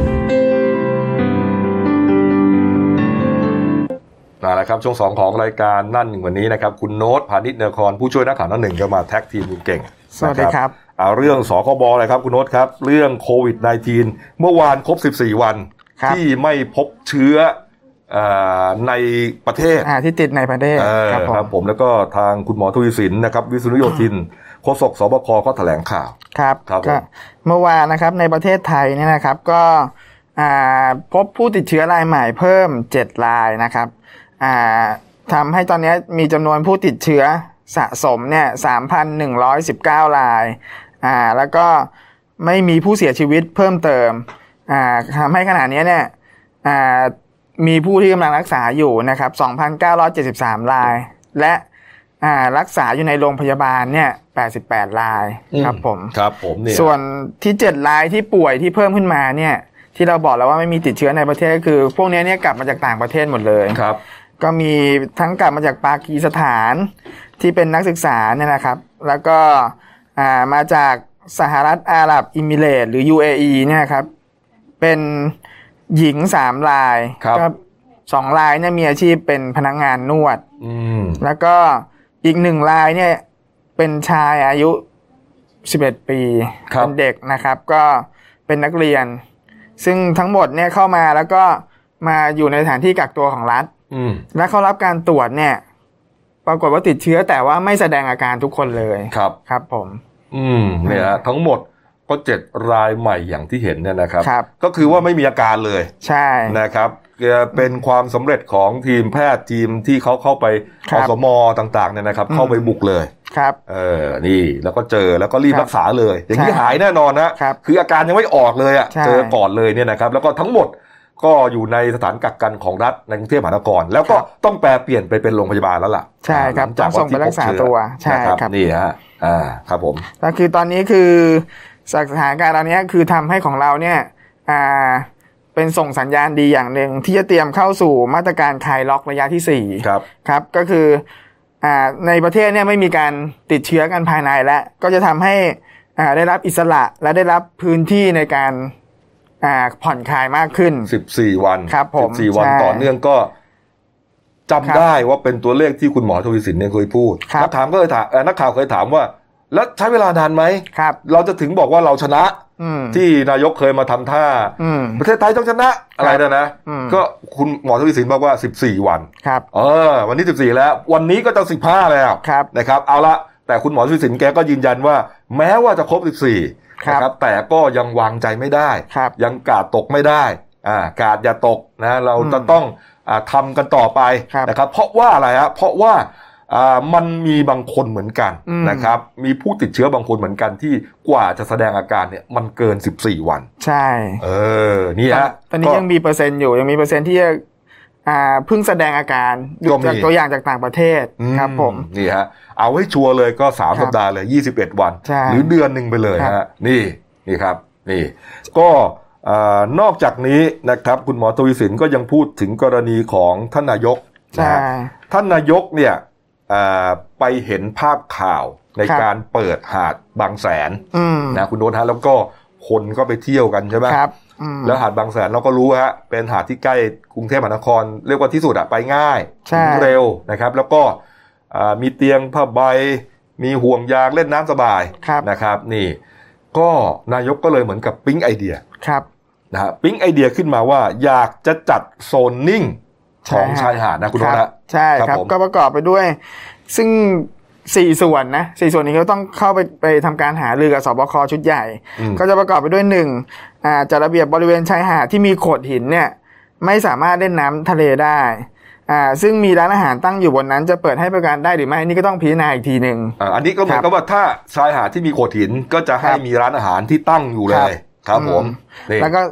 แล้วครับช่วง2ของรายการนั่นวันนี้นะครับคุณโน้ตพานิชเนครผู้ช่วยนักข่าวหน้าหนึ่งก็มาแท็กทีมคุณเก่งสวัสดีครับเรื่องสคบเลยครับคุณโน้ตครับเรื่องโควิด -19 เมื่อวานครบ14 วันที่ไม่พบเชื้อในประเทศที่ติดในประเทศครับผมแล้วก็ทางคุณหมอทวีสินนะครับวิษณุโยธินโฆษกสบคก็แถลงข่าวครับเมื่อวานนะครับในประเทศไทยเนี่ยนะครับก็พบผู้ติดเชื้อรายใหม่เพิ่ม7 รายนะครับทำให้ตอนนี้มีจำนวนผู้ติดเชื้อสะสมเนี่ย 3,119 รายแล้วก็ไม่มีผู้เสียชีวิตเพิ่มเติมทำให้ขณะนี้เนี่ยมีผู้ที่กำลังรักษาอยู่นะครับ 2,973 รายและรักษาอยู่ในโรงพยาบาลเนี่ย88 รายครับผมเนี่ยส่วนที่7 รายที่ป่วยที่เพิ่มขึ้นมาเนี่ยที่เราบอกแล้วว่าไม่มีติดเชื้อในประเทศก็คือพวกนี้เนี่ยกลับมาจากต่างประเทศหมดเลยครับก็มีทั้งกลับมาจากปากีสถานที่เป็นนักศึกษาเนี่ยนะครับแล้วก็มาจากสหรัฐอาหรับเอมิเรตส์หรือ UAE เนี่ยครับเป็นหญิง3 รายก็2 รายเนี่ยมีอาชีพเป็นพนักงานนวดแล้วก็อีก1 รายเนี่ยเป็นชายอายุ11 ปีเป็นเด็กนะครับก็เป็นนักเรียนซึ่งทั้งหมดเนี่ยเข้ามาแล้วก็มาอยู่ในสถานที่กักตัวของรัฐและเขารับการตรวจเนี่ยปรากฏว่าติดเชื้อแต่ว่าไม่แสดงอาการทุกคนเลยครับผมเนี่ยทั้งหมดก็7 รายใหม่อย่างที่เห็นเนี่ยนะครับก็คือว่าไม่มีอาการเลยใช่นะครับเป็นความสำเร็จของทีมแพทย์ทีมที่เขาเข้าไปอสมต่างๆเนี่ยนะครับเข้าไปบุกเลยครับนี่แล้วก็เจอแล้วก็รีบรักษาเลยอย่างนี้หายแน่นอนนะคืออาการยังไม่ออกเลยอ่ะเจอก่อนเลยเนี่ยนะครับแล้วก็ทั้งหมดก็อยู่ในสถานกักกันของรัฐในกรุงเทพมหานครแล้วก็ต้องแปลเปลี่ยนไปเป็นโรงพยาบาลแล้วล่ะใช่ครับต้องส่งไปรักษาตัวใช่ครับนี่ฮะครับผมแล้วคือตอนนี้คือสถานการณ์ตอนนี้คือทำให้ของเราเนี่ยเป็นส่งสัญญาณดีอย่างหนึ่งที่จะเตรียมเข้าสู่มาตรการคลายล็อกระยะที่4ครับก็คือในประเทศเนี่ยไม่มีการติดเชื้อกันภายในแล้วก็จะทำให้ได้รับอิสระและได้รับพื้นที่ในการผ่อนคลายมากขึ้น 14 วันครับผม 14 วันต่อเนื่องก็จำได้ว่าเป็นตัวเลขที่คุณหมอทวีสินเนี่ยเคยพูดนักข่าวเคยถามว่าแล้วใช้เวลานานไหมเราจะถึงบอกว่าเราชนะที่นายกเคยมาทำท่าประเทศไทยต้องชนะอะไรนะก็คุณหมอทวีสินบอกว่า14 วันวันนี้14แล้ววันนี้ก็จะ15แล้วนะครับเอาละแต่คุณหมอทวีสินแกก็ยืนยันว่าแม้ว่าจะครบ14นะครับแต่ก็ยังวางใจไม่ได้ยังกาดตกไม่ได้กาดอย่าตกนะเราจะต้องทำกันต่อไปนะครับเพราะว่าอะไรฮะเพราะว่ามันมีบางคนเหมือนกันนะครับมีผู้ติดเชื้อบางคนเหมือนกันที่กว่าจะแสดงอาการเนี่ยมันเกิน14 วันใช่นี่ฮะตอนนี้ยังมีเปอร์เซ็นต์อยู่ยังมีเปอร์เซ็นต์ที่เพิ่งแสดงอาการจากตัวอย่างจากต่างประเทศครับผมนี่ฮะเอาให้ชัวร์เลยก็3 สัปดาห์เลย21 วันหรือเดือนนึงไปเลยฮะนี่ครับนี่ก็นอกจากนี้นะครับคุณหมอทวีสินก็ยังพูดถึงกรณีของท่านนายกนะท่านนายกเนี่ยไปเห็นภาพข่าวในการเปิดหาดบางแสนนะคุณโน้ตฮะแล้วก็คนก็ไปเที่ยวกันใช่ไหมแล้วหาดบางแสนเราก็รู้ฮะเป็นหาดที่ใกล้กรุงเทพมหานครเรียกว่าที่สุดไปง่ายเร็วนะครับแล้วก็มีเตียงผ้าใบมีห่วงยางเล่นน้ำสบายนะครับนี่ก็นายกก็เลยเหมือนกับปิ๊งไอเดียนะฮะปิ๊งไอเดียขึ้นมาว่าอยากจะจัดโซนนิ่งของชายหาดนะคุณโน้ตใช่ครับก็ประกอบไปด้วยซึ่ง4 ส่วนนะ4 ส่วนนี้ก็ต้องเข้าไปทำการหารือกับสบคชุดใหญ่ก็จะประกอบไปด้วย1จัดระเบียบบริเวณชายหาดที่มีโขดหินเนี่ยไม่สามารถเล่นน้ำทะเลได้ซึ่งมีร้านอาหารตั้งอยู่บนนั้นจะเปิดให้บริการได้หรือไม่นี่ก็ต้องพิจารณาอีกทีนึงอันนี้ก็เหมือนกับว่าถ้าชายหาดที่มีโขดหินก็จะให้มีร้านอาหารที่ตั้งอยู่เลยครับผมแล้วก็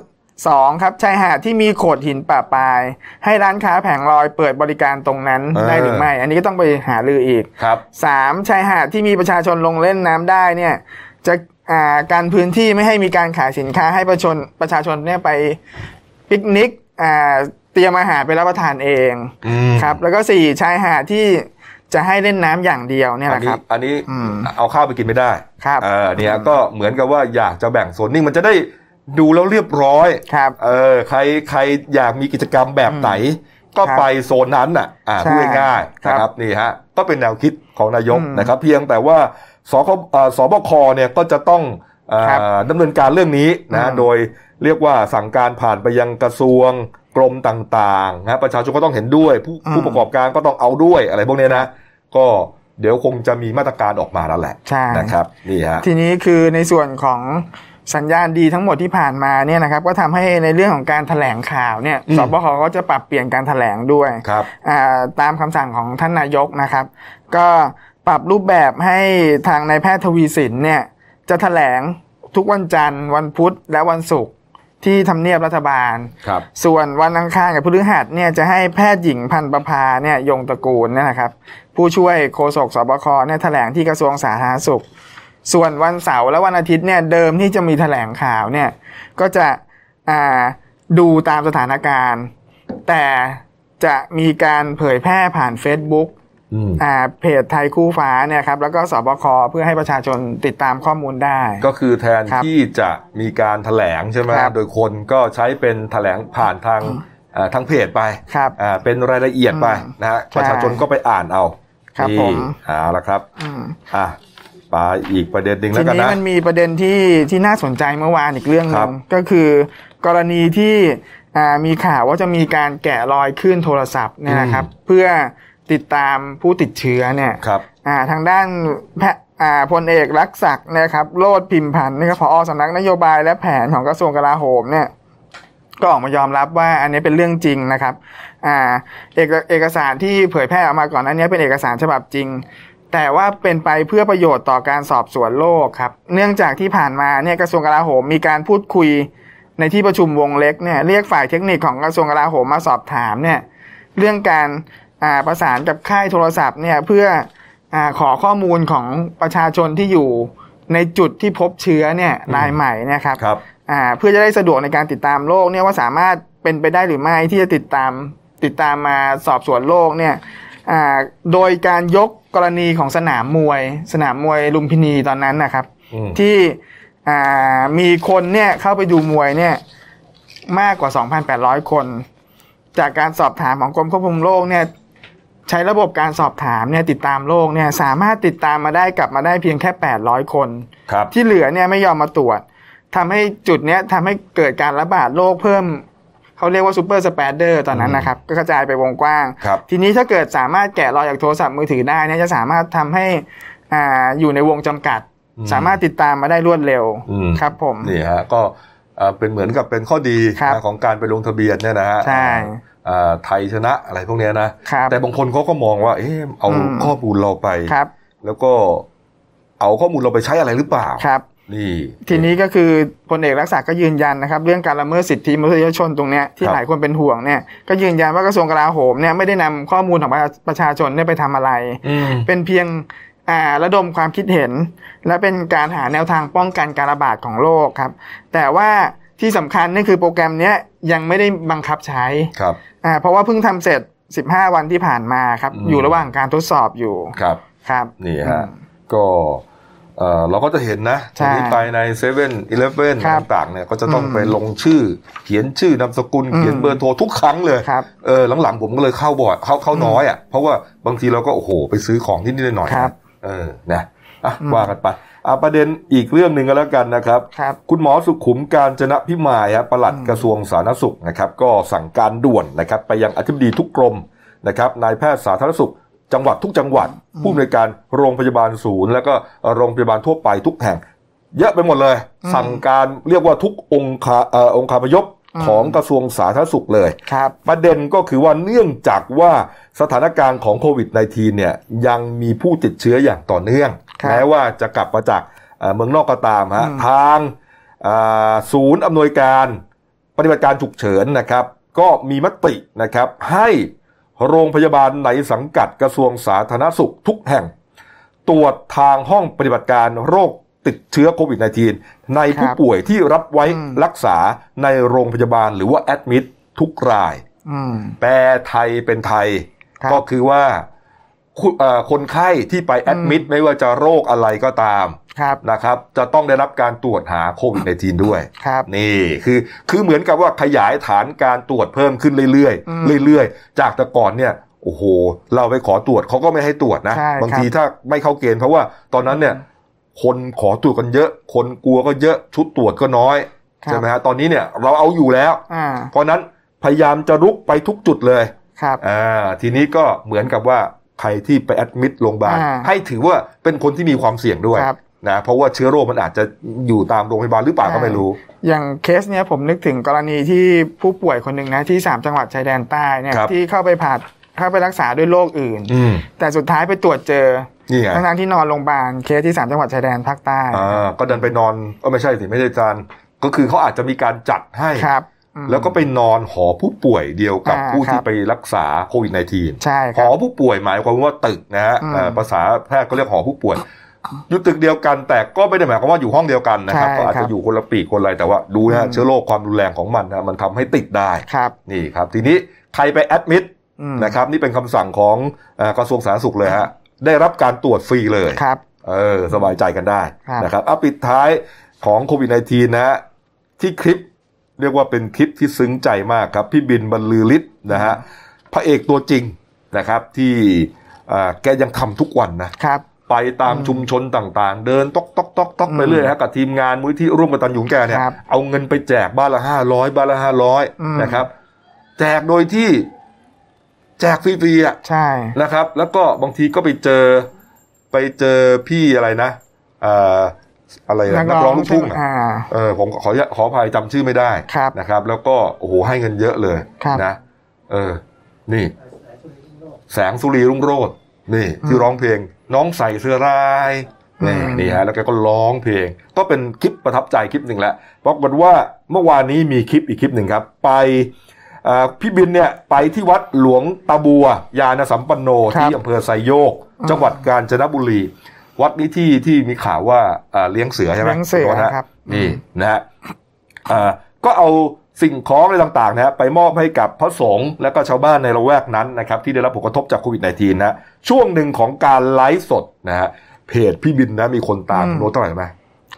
2ครับชายหาดที่มีโขดหินป่าปายให้ร้านค้าแผงลอยเปิดบริการตรงนั้นได้หรือไม่อันนี้ก็ต้องไปหารืออีกครับ 3ชายหาดที่มีประชาชนลงเล่นน้ำได้เนี่ยจะการพื้นที่ไม่ให้มีการขายสินค้าให้ประชาชนเนี่ยไปปิกนิกเตรียมอาหารไปรับประทานเองครับแล้วก็4ชายหาดที่จะให้เล่นน้ำอย่างเดียวเนี่ยแหละครับอันนี้เอาข้าวไปกินไม่ได้ครับเนี่ยก็เหมือนกับว่าอยากจะแบ่งโซนนิ่งมันจะได้ดูแล้วเรียบร้อยครับใครอยากมีกิจกรรมแบบไหนก็ไปโซนนั้นน่ะพูดง่ายๆนะครับนี่ฮะก็เป็นแนวคิดของนายกนะครับเพียงแต่ว่าสบคเนี่ยก็จะต้องดำเนินการเรื่องนี้นะโดยเรียกว่าสั่งการผ่านไปยังกระทรวงกรมต่างๆนะประชาชนก็ต้องเห็นด้วยผู้ประกอบการก็ต้องเอาด้วยอะไรพวกนี้นะก็เดี๋ยวคงจะมีมาตรการออกมาแล้วแหละนะครับนี่ฮะทีนี้คือในส่วนของสัญญาณดีทั้งหมดที่ผ่านมาเนี่ยนะครับก็ทำให้ในเรื่องของการแถลงข่าวเนี่ยสบคก็จะปรับเปลี่ยนการแถลงด้วยตามคำสั่งของท่านนายกนะครับก็ปรับรูปแบบให้ทางนายแพทย์ทวีสินเนี่ยจะแถลงทุกวันจันทร์วันพุธและวันศุกร์ที่ทำเนียบรัฐบาลส่วนวันอังคารกับพฤหัสเนี่ยจะให้แพทย์หญิงพันประภาเนี่ยยงตระกูลนะครับผู้ช่วยโฆษกสบคเนี่ยแถลงที่กระทรวงสาธารณสุขส่วนวันเสาร์และวันอาทิตย์เนี่ยเดิมที่จะมีแถลงข่าวเนี่ยก็จะดูตามสถานการณ์แต่จะมีการเผยแพร่ผ่าน Facebookเพจไทยคู่ฟ้าเนี่ยครับแล้วก็สบคเพื่อให้ประชาชนติดตามข้อมูลได้ก็คือแทนที่จะมีการแถลงใช่ไหมโดยคนก็ใช้เป็นแถลงผ่านทางเพจไปเป็นรายละเอียดไปนะฮะประชาชนก็ไปอ่านเอาครับผมละครับไปอีกประเด็นหนึ่งแล้วกันนะทีนี้มันมีประเด็นที่น่าสนใจเมื่อวานอีกเรื่องนึงก็คือกรณีที่มีข่าวว่าจะมีการแกะรอยคลื่นโทรศัพท์เนี่ยนะครับเพื่อติดตามผู้ติดเชื้อเนี่ยทางด้านพลเอกรักษักนะครับโลดพิมพันธ์นะครับผอ.สำนักนโยบายและแผนของกระทรวงกลาโหมเนี่ยก็ออกมายอมรับว่าอันนี้เป็นเรื่องจริงนะครับเอกสารที่เผยแพร่ออกมาก่อนอันนี้เป็นเอกสารฉบับจริงแต่ว่าเป็นไปเพื่อประโยชน์ต่อการสอบสวนโรคครับเนื่องจากที่ผ่านมาเนี่ยกระทรวงกลาโหมมีการพูดคุยในที่ประชุมวงเล็กเนี่ยเรียกฝ่ายเทคนิคของกระทรวงกลาโหมมาสอบถามเนี่ยเรื่องการประสานกับค่ายโทรศัพท์เนี่ยเพื่อขอข้อมูลของประชาชนที่อยู่ในจุดที่พบเชื้อเนี่ยรายใหม่เนี่ยครับเพื่อจะได้สะดวกในการติดตามโรคเนี่ยว่าสามารถเป็นไปได้หรือไม่ที่จะติดตามมาสอบสวนโรคเนี่ยโดยการยกกรณีของสนามมวยลุมพินีตอนนั้นนะครับที่มีคนเนี่ยเข้าไปดูมวยเนี่ยมากกว่า 2,800 คนจากการสอบถามของกรมควบคุมโรคเนี่ยใช้ระบบการสอบถามเนี่ยติดตามโรคเนี่ยสามารถติดตามมาได้กลับมาได้เพียงแค่800 คนที่เหลือเนี่ยไม่ยอมมาตรวจทำให้จุดเนี้ยทำให้เกิดการระบาดโรคเพิ่มเขาเรียกว่าซูเปอร์สเปรดเดอร์ตอนนั้นนะครับก็กระจายไปวงกว้างทีนี้ถ้าเกิดสามารถแกะรอยจากโทรศัพท์มือถือได้เนี่ยจะสามารถทำให้อยู่ในวงจำกัดสามารถติดตามมาได้รวดเร็วครับผมนี่ฮะก็เป็นเหมือนกับเป็นข้อดีของการไปลงทะเบียนเนี่ยนะฮะไทยชนะอะไรพวกนี้นะแต่บางคนเขาก็มองว่าเอาข้อมูลเราไปแล้วก็เอาข้อมูลเราไปใช้อะไรหรือเปล่านี่ทีนี้ก็คือพลเอกรักษาก็ยืนยันนะครับเรื่องการละเมิดสิทธิมนุษยชนตรงเนี้ยที่หลายคนเป็นห่วงเนี่ยก็ยืนยันว่ากระทรวงกลาโหมเนี่ยไม่ได้นำข้อมูลของประชาชนเนี่ยไปทำอะไรเป็นเพียงระดมความคิดเห็นและเป็นการหาแนวทางป้องกันการระบาดของโรคครับแต่ว่าที่สำคัญนี่คือโปรแกรมนี้ยังไม่ได้บังคับใช้เพราะว่าเพิ่งทำเสร็จ15 วันที่ผ่านมาครับอยู่ระหว่างการทดสอบอยู่ครับนี่ฮะก็เราก็จะเห็นนะทีนี้ไปใน7-11ต่างๆเนี่ยก็จะต้องไปลงชื่อเขียนชื่อนามสกุลเขียนเบอร์โทรทุกครั้งเลยหลังๆผมก็เลยเข้าบ่อยเข้าน้อยอ่ะเพราะว่าบางทีเราก็โอ้โหไปซื้อของที่นี่หน่อยนะว่ากันไปประเด็นอีกเรื่องหนึ่งก็แล้วกันนะครับคุณหมอสุขุมกาญจนพิมายปลัดกระทรวงสาธารณสุขนะครับก็สั่งการด่วนนะครับไปยังอธิบดีทุกกรมนะครับนายแพทย์สาธารณสุขจังหวัดทุกจังหวัดผู้อำนวยการโรงพยาบาลศูนย์แล้วก็โรงพยาบาลทั่วไปทุกแห่งเยอะไปหมดเลยสั่งการเรียกว่าทุกองค์คาพยพของกระทรวงสาธารณสุขเลยประเด็นก็คือว่าเนื่องจากว่าสถานการณ์ของโควิด -19 เนี่ยยังมีผู้ติดเชื้ออย่างต่อเนื่องแม้ว่าจะกลับมาจากเมืองนอกก็ตามฮะทางศูนย์อำนวยการปฏิบัติการฉุกเฉินนะครับก็มีมตินะครับให้โรงพยาบาลในสังกัดกระทรวงสาธารณสุขทุกแห่งตรวจทางห้องปฏิบัติการโรคติดเชื้อโควิด -19 ในผู้ป่วยที่รับไว้รักษาในโรงพยาบาลหรือว่าแอดมิดทุกรายแปลไทยเป็นไทยก็คือว่าคนไข้ที่ไปแอดมิดไม่ว่าจะโรคอะไรก็ตามนะครับจะต้องได้รับการตรวจหาโควิด -19 ด้วยนี่คือเหมือนกับว่าขยายฐานการตรวจเพิ่มขึ้นเรื่อยๆจากแต่ก่อนเนี่ยโอ้โหเราไปขอตรวจเขาก็ไม่ให้ตรวจนะบางทีถ้าไม่เข้าเกณฑ์เพราะว่าตอนนั้นเนี่ยคนขอตรวจกันเยอะคนกลัวก็เยอะชุดตรวจก็น้อยใช่ไหมฮะตอนนี้เนี่ยเราเอาอยู่แล้วเพราะนั้นพยายามจะรุกไปทุกจุดเลยทีนี้ก็เหมือนกับว่าใครที่ไปแอดมิดโรงพยาบาลให้ถือว่าเป็นคนที่มีความเสี่ยงด้วยนะเพราะว่าเชื้อโรคมันอาจจะอยู่ตามโรงพยาบาลหรือเปล่าก็ไม่รู้อย่างเคสเนี้ยผมนึกถึงกรณีที่ผู้ป่วยคนหนึ่งนะที่3จังหวัดชายแดนใต้เนี่ยที่เข้าไปรักษาด้วยโรคอื่นแต่สุดท้ายไปตรวจเจอทั้งที่นอนโรงพยาบาลเคสที่3จังหวัดชายแดนภาคใต้ก็ดันไปนอนไม่ใช่สิไม่ใช่จานก็คือเขาอาจจะมีการจัดให้แล้วก็ไปนอนหอผู้ป่วยเดียวกับผู้ที่ไปรักษาโควิด -19 หอผู้ป่วยหมายความว่าตึกนะฮะภาษาแพทย์ก็เรียกหอผู้ป่วยอยู่ตึกเดียวกันแต่ก็ไม่ได้หมายความว่าอยู่ห้องเดียวกันนะครับก็อาจจะอยู่คนละปีกคนอะไรแต่ว่าดูนะเชื้อโรคความรุนแรงของมันนะมันทำให้ติดได้นี่ครับทีนี้ใครไปแอดมิดนะครับนี่เป็นคำสั่งของกระทรวงสาธารณสุขเลยฮะได้รับการตรวจฟรีเลยสบายใจกันได้นะครับปิดท้ายของโควิด -19 นะที่คลิปเรียกว่าเป็นคลิปที่ซึ้งใจมากครับพี่บินบรรลือฤทธิ์นะฮะพระเอกตัวจริงนะครับที่แกยังทำทุกวันนะครับไปตามชุมชนต่างๆเดินต๊อกไปเรื่อยฮะกับทีมงานมูลที่ร่วมกตัญญูแกเนี่ยเอาเงินไปแจกบ้านละ500บ้านละ500นะครับแจกโดยที่แจกฟรีๆอ่ะใช่นะครับแล้วก็บางทีก็ไปเจอพี่อะไรนะอะไรนักร้องลูกทุ่งผมขออภัยจำชื่อไม่ได้นะครับแล้วก็โอ้โหให้เงินเยอะเลยนะนี่แสงสุรีรุ่งโรจน์นี่ที่ร้องเพลงน้องใส่เสื้อลายนี่ฮะแล้วแกก็ร้องเพลงก็เป็นคลิปประทับใจคลิปหนึ่งแล้วปรากฏว่าเมื่อวานนี้มีคลิปอีกคลิปหนึ่งครับไปพี่บินเนี่ยไปที่วัดหลวงตาบัวยานสัมปันโนที่อำเภอไซโยกจังหวัดกาญจนบุรีวัดนี้ที่มีข่าวว่าเลี้ยงเสือใช่ไหมเลี้ยงเสือครับนี่นะฮะก็เอาสิ่งของอะไรต่างๆนะไปมอบให้กับพระสงฆ์และก็ชาวบ้านในละแวกนั้นนะครับที่ได้รับผลกระทบจากโควิด -19 นะช่วงหนึ่งของการไลฟ์สดนะฮะเพจพี่บินนะมีคนตามโน้ตเท่าไหร่ไหม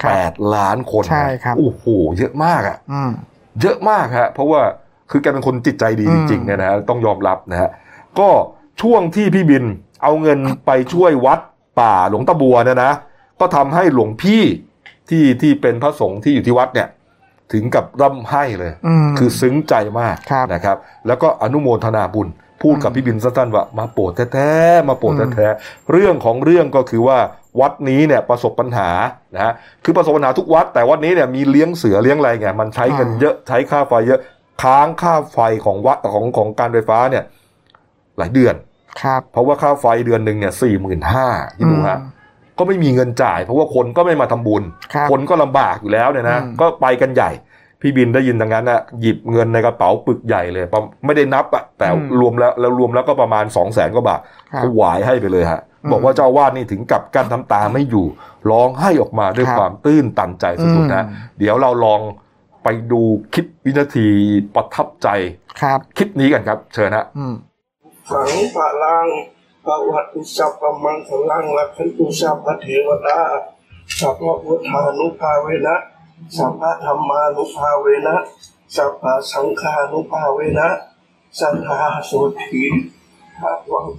8 ล้านคนใช่ครับโอ้โหเยอะมากอ่ะเยอะมากฮะเพราะว่าคือแกเป็นคนจิตใจดีจริงๆเนี่ยนะต้องยอมรับนะฮะก็ช่วงที่พี่บินเอาเงินไปช่วยวัดป่าหลวงตาบัวเนี่ยนะก็ทำให้หลวงพี่ที่เป็นพระสงฆ์ที่อยู่ที่วัดเนี่ยถึงกับร่ำไห้เลยคือซึ้งใจมากนะครับแล้วก็อนุโมทนาบุญพูดกับพี่บินสั้นๆว่ามาโปรดแท้ๆมาโปรดแท้ๆเรื่องของเรื่องก็คือว่าวัดนี้เนี่ยประสบปัญหานะฮะคือประสบปัญหาทุกวัดแต่วัดนี้เนี่ยมีเลี้ยงเสือเลี้ยงอะไรไงมันใช้กันเยอะใช้ค่าไฟเยอะค้างค่าไฟของวัดของการไฟฟ้าเนี่ยหลายเดือนเพราะว่าค่าไฟเดือนหนึ่งเนี่ย 45,000 ที่ดูฮะก็ไม่มีเงินจ่ายเพราะว่าคนก็ไม่มาทำบุญคนก็ลำบากอยู่แล้วเนี่ยนะก็ไปกันใหญ่พี่บินได้ยินดังนั้นนะหยิบเงินในกระเป๋าปึกใหญ่เลยไม่ได้นับอะแต่รวมแล้วก็ประมาณ 200,000 กว่าบาทถวายให้ไปเลยฮะบอกว่าเจ้าวาดนี่ถึงกับกั้นน้ำตาไม่อยู่ร้องไห้ออกมาด้วยความตื้นตันใจสุดๆนะเดี๋ยวเราลองไปดูคลิปวินาทีประทับใจคลิปนี้กันครับเชิญฮะสังปะลังปะวัตุสัพพมังคลังลักขันตุสัพพเทวตาสัพพะพุทธานุภาเวนะสัพพะธรรมานุภาเวนะสัพพะสังฆานุภาเวนะสัทธาโสถีภาวัง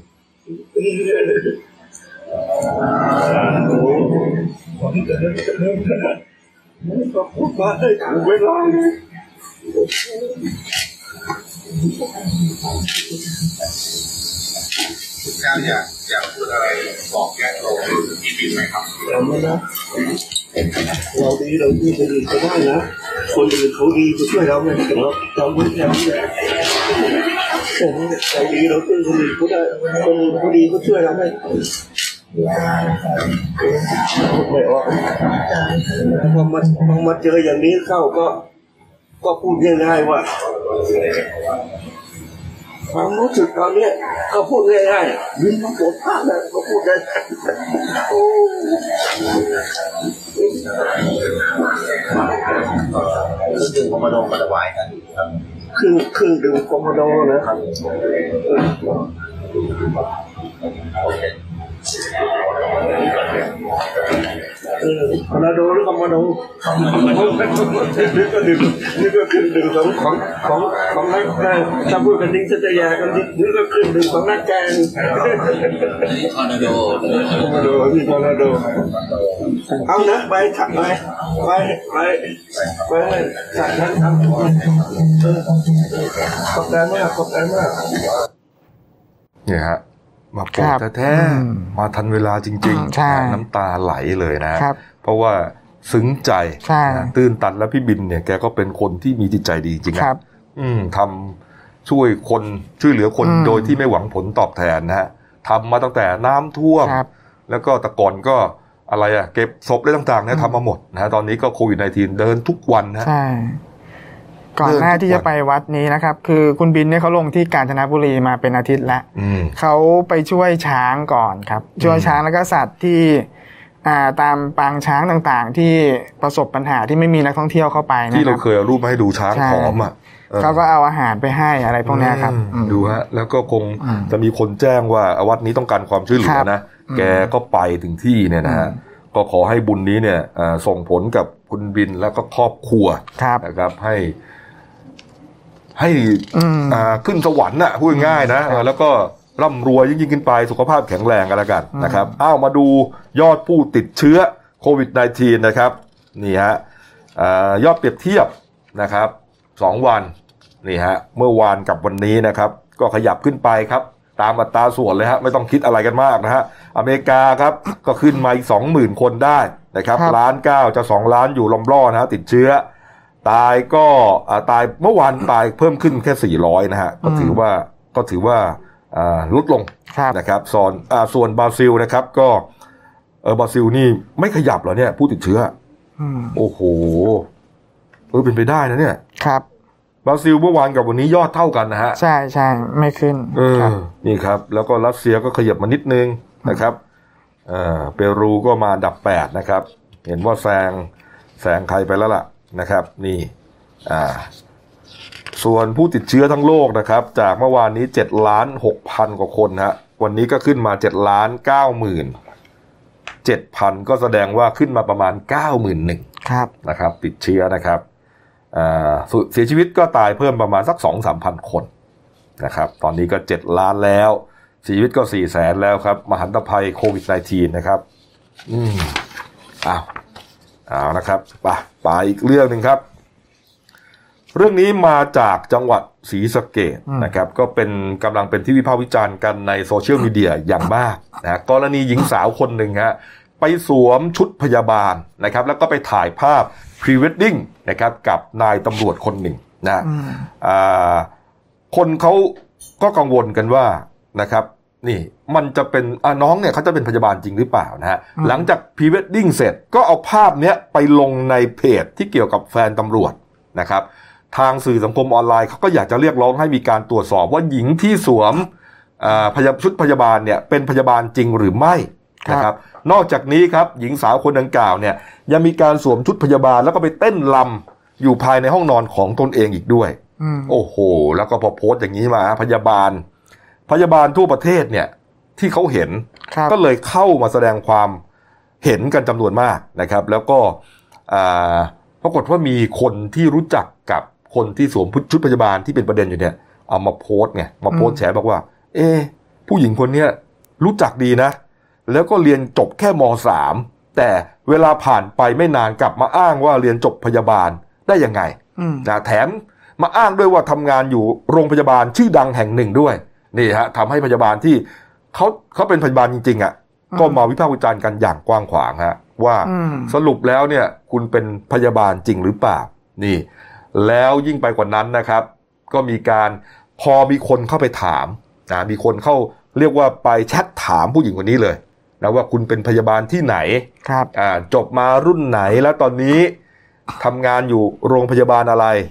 ก็พูดมาให้ถูกเวลาคุณก้าวอยากพูดอะไรบอกแกโตที่บินไหมครับเราดีเราดีคนอื่นก็ได้นะคนอื่นเขาดีก็ช่วยเราไงแต่เราไม่ทำเลยเราดีเราช่วยคนอื่นก็ได้คนอื่นเขาดีก็ช่วยเราไม่ว่าพอมาเจออย่างนี้เข้าก็ก็พูดง่ายๆว่าความรู้สึกตอนนี้ก็พูดง่ายๆบินมาปวดผ้าแล้วก็พูดได้โอ้ดื่มคอมโดมาถวายกันครึ่งดื่มคอมโดนะครับคอมโดหรือคอมโดนี่ก็ขึ้นดื่มของนักการถ้าพูดกันจริงจะแย่กันนี่ก็ขึ้นดื่มของนักการคอมโดนี่คอมโดเอานะไปถักไปถักนั้นทำขอบใจมากเนี่ยฮะมาปวดแท้ๆมาทันเวลาจริงๆน้ำตาไหลเลยนะเพราะว่าซึ้งใจตื้นตันแล้วพี่บินเนี่ยแกก็เป็นคนที่มีจิตใจดีจริงๆนะทำช่วยเหลือคนโดยที่ไม่หวังผลตอบแทนนะฮะทำมาตั้งแต่น้ำท่วมแล้วก็แต่ก่อนก็อะไรเก็บศพอะไรต่างๆเนี่ยทำมาหมดนะตอนนี้ก็โควิด-19 เดินทุกวันนะก่อนหน้าที่จะไปวัดนี้นะครับคือคุณบินเนี่ยเขาลงที่กาญจนบุรีมาเป็นอาทิตย์แล้วเขาไปช่วยช้างก่อนครับช่วยช้างแล้วก็สัตว์ที่ตามปางช้างต่างๆที่ประสบปัญหาที่ไม่มีนักท่องเที่ยวเข้าไปนะครับที่เราเคยเอารูปมาให้ดูช้างผอมเขาก็เอาอาหารไปให้อะไรพวกนี้ครับดูฮะแล้วก็คงจะมีคนแจ้งว่าวัดนี้ต้องการความช่วยเหลือนะแกก็ไปถึงที่เนี่ยนะฮะก็ขอให้บุญนี้เนี่ยส่งผลกับคุณบินแล้วก็ครอบครัวนะครับให้ขึ้นสวรรค์น่ะพูดง่ายๆนะแล้วก็ร่ำรวยยิ่งขึ้นไปสุขภาพแข็งแรงกันแล้วกันนะครับมาดูยอดผู้ติดเชื้อโควิด-19 นะครับนี่ฮะยอดเปรียบเทียบนะครับ2วันนี่ฮะเมื่อวานกับวันนี้นะครับก็ขยับขึ้นไปครับตามอัตราส่วนเลยฮะไม่ต้องคิดอะไรกันมากนะฮะอเมริกาครับก็ขึ้นมาอีก 20,000 คนได้นะครับ1.9 ล้านจะ2ล้านอยู่ล้อมรอบนะฮะติดเชื้อตายก็ตายเมื่อวานตายเพิ่มขึ้นแค่400นะฮะก็ถือว่าลดลงนะครับส่วนบราซิลนะครับก็บราซิลนี่ไม่ขยับเหรอเนี่ยผู้ติดเชื้อโอ้โหเป็นไปได้นะเนี่ยครับบราซิลเมื่อวานกับวันนี้ยอดเท่ากันนะฮะใช่ไม่ขึ้นนี่ครับแล้วก็รัสเซียก็ขยับมานิดนึงนะครับเปรูก็มาอันดับ8นะครับเห็นว่าแซงใครไปแล้วล่ะนะครับนี่ส่วนผู้ติดเชื้อทั้งโลกนะครับจากเมื่อวานนี้ 7,600,000 กว่าคนฮะวันนี้ก็ขึ้นมา 7,97,000 ก็แสดงว่าขึ้นมาประมาณ 91,000 ครับนะครับติดเชื้อนะครับเสียชีวิตก็ตายเพิ่มประมาณสัก 2-3,000 คนนะครับตอนนี้ก็7ล้านแล้วเสียชีวิตก็ 400,000 แล้วครับมหันตภัยโควิด-19 นะครับเอานะครับไปอีกเรื่องนึงครับเรื่องนี้มาจากจังหวัดศรีสะเกษนะครับก็กำลังเป็นที่วิพากษ์วิจารณ์กันในโซเชียลมีเดียอย่างมากนะกรณีหญิงสาวคนหนึ่งฮะไปสวมชุดพยาบาลนะครับแล้วก็ไปถ่ายภาพพรีเวดดิ้งนะครับกับนายตำรวจคนหนึ่งนะคนเขาก็กังวลกันว่านะครับนี่มันจะเป็นน้องเนี่ยเขาจะเป็นพยาบาลจริงหรือเปล่านะฮะหลังจากพรีเวดดิ้งเสร็จก็เอาภาพเนี้ยไปลงในเพจที่เกี่ยวกับแฟนตำรวจนะครับทางสื่อสังคมออนไลน์เขาก็อยากจะเรียกร้องให้มีการตรวจสอบว่าหญิงที่สวมชุดพยาบาลเนี่ยเป็นพยาบาลจริงหรือไม่นะครับนอกจากนี้ครับหญิงสาวคนดังกล่าวเนี่ยยังมีการสวมชุดพยาบาลแล้วก็ไปเต้นรำอยู่ภายในห้องนอนของตนเองอีกด้วยโอ้โหแล้วก็พอโพสต์อย่างนี้มาพยาบาลทั่วประเทศเนี่ยที่เขาเห็นก็เลยเข้ามาแสดงความเห็นกันจำนวนมากนะครับแล้วก็ปรากฏว่ามีคนที่รู้จักกับคนที่สวมชุดพยาบาลที่เป็นประเด็นอยู่เนี่ยเอามาโพสต์แฉบอกว่าผู้หญิงคนนี้รู้จักดีนะแล้วก็เรียนจบแค่ม.3 แต่เวลาผ่านไปไม่นานกลับมาอ้างว่าเรียนจบพยาบาลได้ยังไงนะแถมมาอ้างด้วยว่าทำงานอยู่โรงพยาบาลชื่อดังแห่งหนึ่งด้วยนี่ฮะทำให้พยาบาลที่เขาเป็นพยาบาลจริงๆก็มาวิพากษ์วิจารณ์กันอย่างกว้างขวางฮะว่าสรุปแล้วเนี่ยคุณเป็นพยาบาลจริงหรือเปล่านี่แล้วยิ่งไปกว่านั้นนะครับก็มีการพอมีคนเข้าไปถามมีคนเข้าเรียกว่าไปแชทถามผู้หญิงคนนี้เลยนะว่าคุณเป็นพยาบาลที่ไหนครับจบมารุ่นไหนแล้วตอนนี้ทำงานอยู่โรงพยาบาลอะไร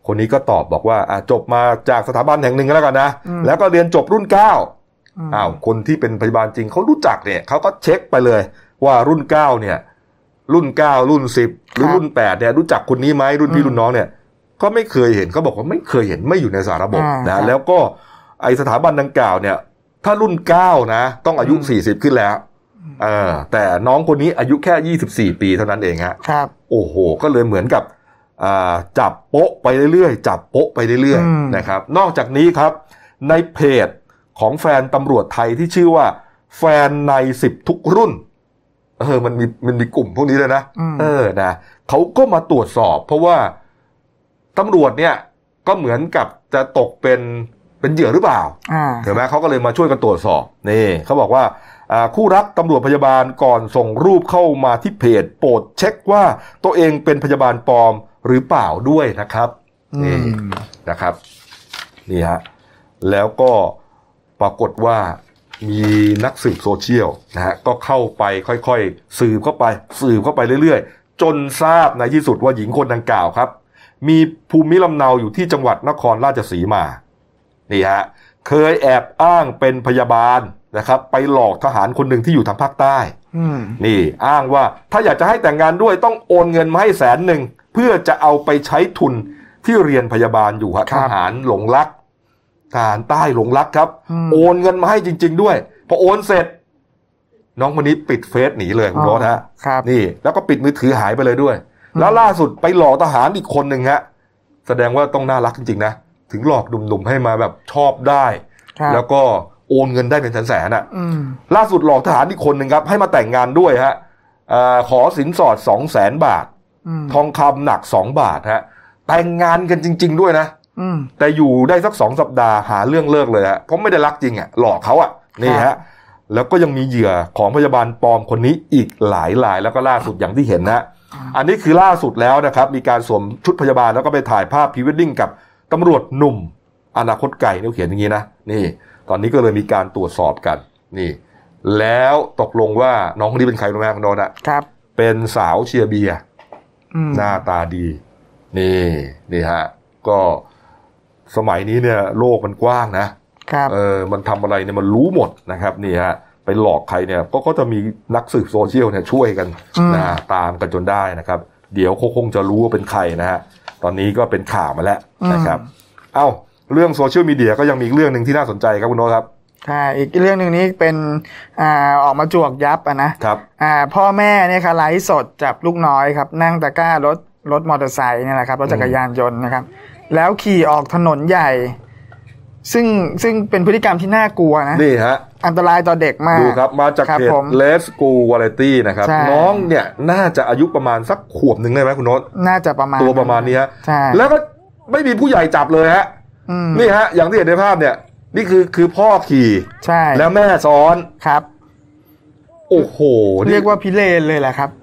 คนนี้ก็ตอบบอกว่าจบมาจากสถาบันแห่งหนึ่งแล้วกันนะแล้วก็เรียนจบรุ่น9คนที่เป็นพยาบาลจริงเขารู้จักเนี่ยเขาก็เช็คไปเลยว่ารุ่น9เนี่ยรุ่น9รุ่น10หรือรุ่น8เนี่ยรู้จักคนนี้ไหมรุ่นพี่รุ่นน้องเนี่ยก็ไม่เคยเห็นเขาบอกว่าไม่เคยเห็นไม่อยู่ในสารระบบนะแล้วก็ไอสถาบันดังกล่าวเนี่ยถ้ารุ่น9นะต้องอายุ40ขึ้นแล้วแต่น้องคนนี้อายุแค่24ปีเท่านั้นเองฮะโอ้โหก็เลยเหมือนกับจับโป๊ะไปเรื่อยๆจับโป๊ะไปเรื่อยๆนะครับนอกจากนี้ครับในเพจของแฟนตำรวจไทยที่ชื่อว่าแฟนใน10ทุกรุ่นมันมีกลุ่มพวกนี้เลยนะนะเขาก็มาตรวจสอบเพราะว่าตำรวจเนี่ยก็เหมือนกับจะตกเป็นเหยื่อหรือเปล่าเห็นไหมเขาก็เลยมาช่วยกันตรวจสอบนี่เขาบอกว่าคู่รักตำรวจพยาบาลก่อนส่งรูปเข้ามาที่เพจโปรดเช็คว่าตัวเองเป็นพยาบาลปลอมหรือเปล่าด้วยนะครับนี่นะครับนี่ฮะแล้วก็ปรากฏว่ามีนักสืบโซเชียลนะฮะก็เข้าไปค่อยๆสืบเข้าไปเรื่อยๆจนทราบในที่สุดว่าหญิงคนดังกล่าวครับมีภูมิลำเนาอยู่ที่จังหวัดนครราชสีมานี่ฮะเคยแอบอ้างเป็นพยาบาลนะครับไปหลอกทหารคนหนึ่งที่อยู่ทางภาคใต้นี่อ้างว่าถ้าอยากจะให้แต่งงานด้วยต้องโอนเงินมาให้100,000เพื่อจะเอาไปใช้ทุนที่เรียนพยาบาลอยู่ทหารหลงรักทหารใต้หลงรักครับโอนเงินมาให้จริงๆด้วยพอโอนเสร็จน้องคนนี้ปิดเฟซหนีเลยคุณโน้ตฮะนี่แล้วก็ปิดมือถือหายไปเลยด้วยแล้วล่าสุดไปหลอกทหารอีกคนหนึ่งฮะแสดงว่าต้องน่ารักจริงๆนะถึงหลอกหนุ่มๆให้มาแบบชอบได้แล้วก็โอนเงินได้เป็นแสนๆอ่ะล่าสุดหลอกทหารอีกคนหนึ่งครับให้มาแต่งงานด้วยฮะขอสินสอด200,000 บาททองคำหนัก2 บาทฮะแต่งงานกันจริงๆด้วยนะแต่อยู่ได้สัก2 สัปดาห์หาเรื่องเลิกเลยฮะเพราะไม่ได้รักจริงอ่ะหลอกเขาอ่ะนี่ฮะแล้วก็ยังมีเหยื่อของพยาบาลปลอมคนนี้อีกหลายรายแล้วก็ล่าสุดอย่างที่เห็นนะอันนี้คือล่าสุดแล้วนะครับมีการสวมชุดพยาบาลแล้วก็ไปถ่ายภาพพรีเวดดิ้งกับตำรวจหนุ่มอนาคตไก่เนี่ยเขียนอย่างนี้นะนี่ตอนนี้ก็เลยมีการตรวจสอบกันนี่แล้วตกลงว่าน้องคนนี้เป็นใครรู้ไหมคุณโดนครับเป็นสาวเชียร์เบียร์หน้าตาดีนี่ฮะก็สมัยนี้เนี่ยโลกมันกว้างนะครับมันทำอะไรเนี่ยมันรู้หมดนะครับนี่ฮะไปหลอกใครเนี่ยก็จะมีนักสืบโซเชียลเนี่ยช่วยกันนะตามกันจนได้นะครับเดี๋ยวคงจะรู้ว่าเป็นใครนะฮะตอนนี้ก็เป็นข่าวมาแล้วนะครับเรื่องโซเชียลมีเดียก็ยังมีเรื่องหนึ่งที่น่าสนใจครับคุณโน้ตครับอีกเรื่องหนึ่งนี้เป็นออกมาจวกยับนะครับพ่อแม่เนี่ยค่ะไลฟ์สดจับลูกน้อยครับนั่งตะกร้ารถมอเตอร์ไซค์เนี่ยแหละครับรถจักรยานยนต์นะครับแล้วขี่ออกถนนใหญ่ซึ่งเป็นพฤติกรรมที่น่ากลัวนะนี่ฮะอันตรายต่อเด็กมากดูครับมาจากเพจ Let's School Variety นะครับน้องเนี่ยน่าจะอายุประมาณสักขวบหนึ่งได้ไหมคุณโน้ตน่าจะประมาณตัวประมาณนี้ฮะแล้วก็ไม่มีผู้ใหญ่จับเลยฮะนี่ฮะอย่างที่เห็นในภาพเนี่ยนี่คือพ่อขี่ใช่แล้วแม่ซ้อนครับโอ้โหเรียกว่าพิเรนเลยแหละครับ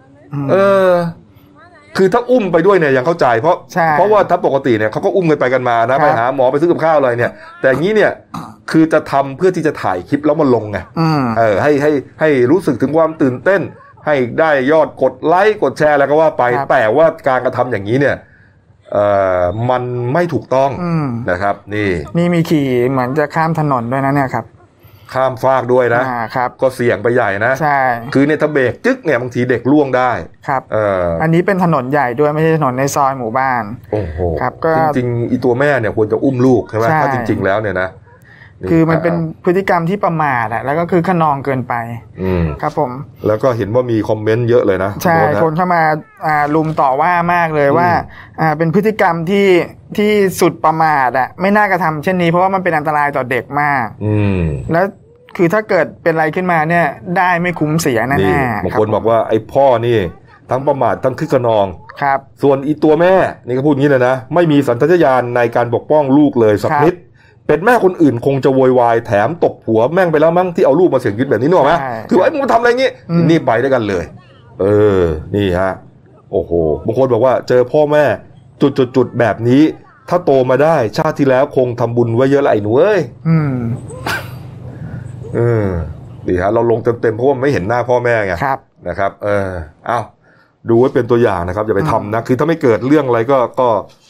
คือถ้าอุ้มไปด้วยเนี่ยยังเข้าใจเพราะว่าถ้าปกติเนี่ยเขาก็อุ้มกันไปกันมานะไปหาหมอไปซื้อกับข้าวอะไรเนี่ยแต่อย่างนี้เนี่ยคือจะทำเพื่อที่จะถ่ายคลิปแล้วมาลงไงให้รู้สึกถึงความตื่นเต้นให้ได้ยอดกดไลค์กดแชร์อะไรก็ว่าไปแต่ว่าการกระทำอย่างนี้เนี่ยมันไม่ถูกต้องนะครับนี่มีขี่เหมือนจะข้ามถนนด้วยนะเนี่ยครับข้ามฟากด้วยนะครับก็เสี่ยงไปใหญ่นะใช่คือเนี่ยถ้าเบรกจึ๊กเนี่ยบางทีเด็กล่วงได้ครับอันนี้เป็นถนนใหญ่ด้วยไม่ใช่ถนนในซอยหมู่บ้านโอ้โหครับก็จริงๆอีตัวแม่เนี่ยควรจะอุ้มลูกใช่ไหมถ้าจริงๆแล้วเนี่ยนะคือมันเป็นพฤติกรรมที่ประมาทแล้วก็คือขนองเกินไปครับผมแล้วก็เห็นว่ามีคอมเมนต์เยอะเลยนะใช่คนเข้ามาลุมต่อว่ามากเลยว่าเป็นพฤติกรรมที่สุดประมาทไม่น่ากระทำเช่นนี้เพราะว่ามันเป็นอันตรายต่อเด็กมากแล้วคือถ้าเกิดเป็นอะไรขึ้นมาเนี่ยได้ไม่คุ้มเสียแน่ๆบางคนบอกว่าไอ้พ่อนี่ทั้งประมาททั้งคึกขนองครับส่วนอีตัวแม่นี่ก็พูดงี้เลยนะไม่มีสัญชาตญาณในการปกป้องลูกเลยสักนิดเป็นแม่คนอื่นคงจะโวยวายแถมตบหัวแม่งไปแล้วมั้งที่เอาลูกมาเสี่ยงยึดแบบนี้นึกออกไหมคือว่าไอ้มึงทำอะไรงี้นี่ไปด้วยกันเลยนี่ฮะโอ้โหบางคนบอกว่าเจอพ่อแม่จุดแบบนี้ถ้าโตมาได้ชาติที่แล้วคงทำบุญไว้เยอะละไอ้หนูเอ้ยดีฮะเราลงเต็มเพราะว่าไม่เห็นหน้าพ่อแม่ไงนะครับดูไว้เป็นตัวอย่างนะครับอย่าไปทำนะคือถ้าไม่เกิดเรื่องอะไรก็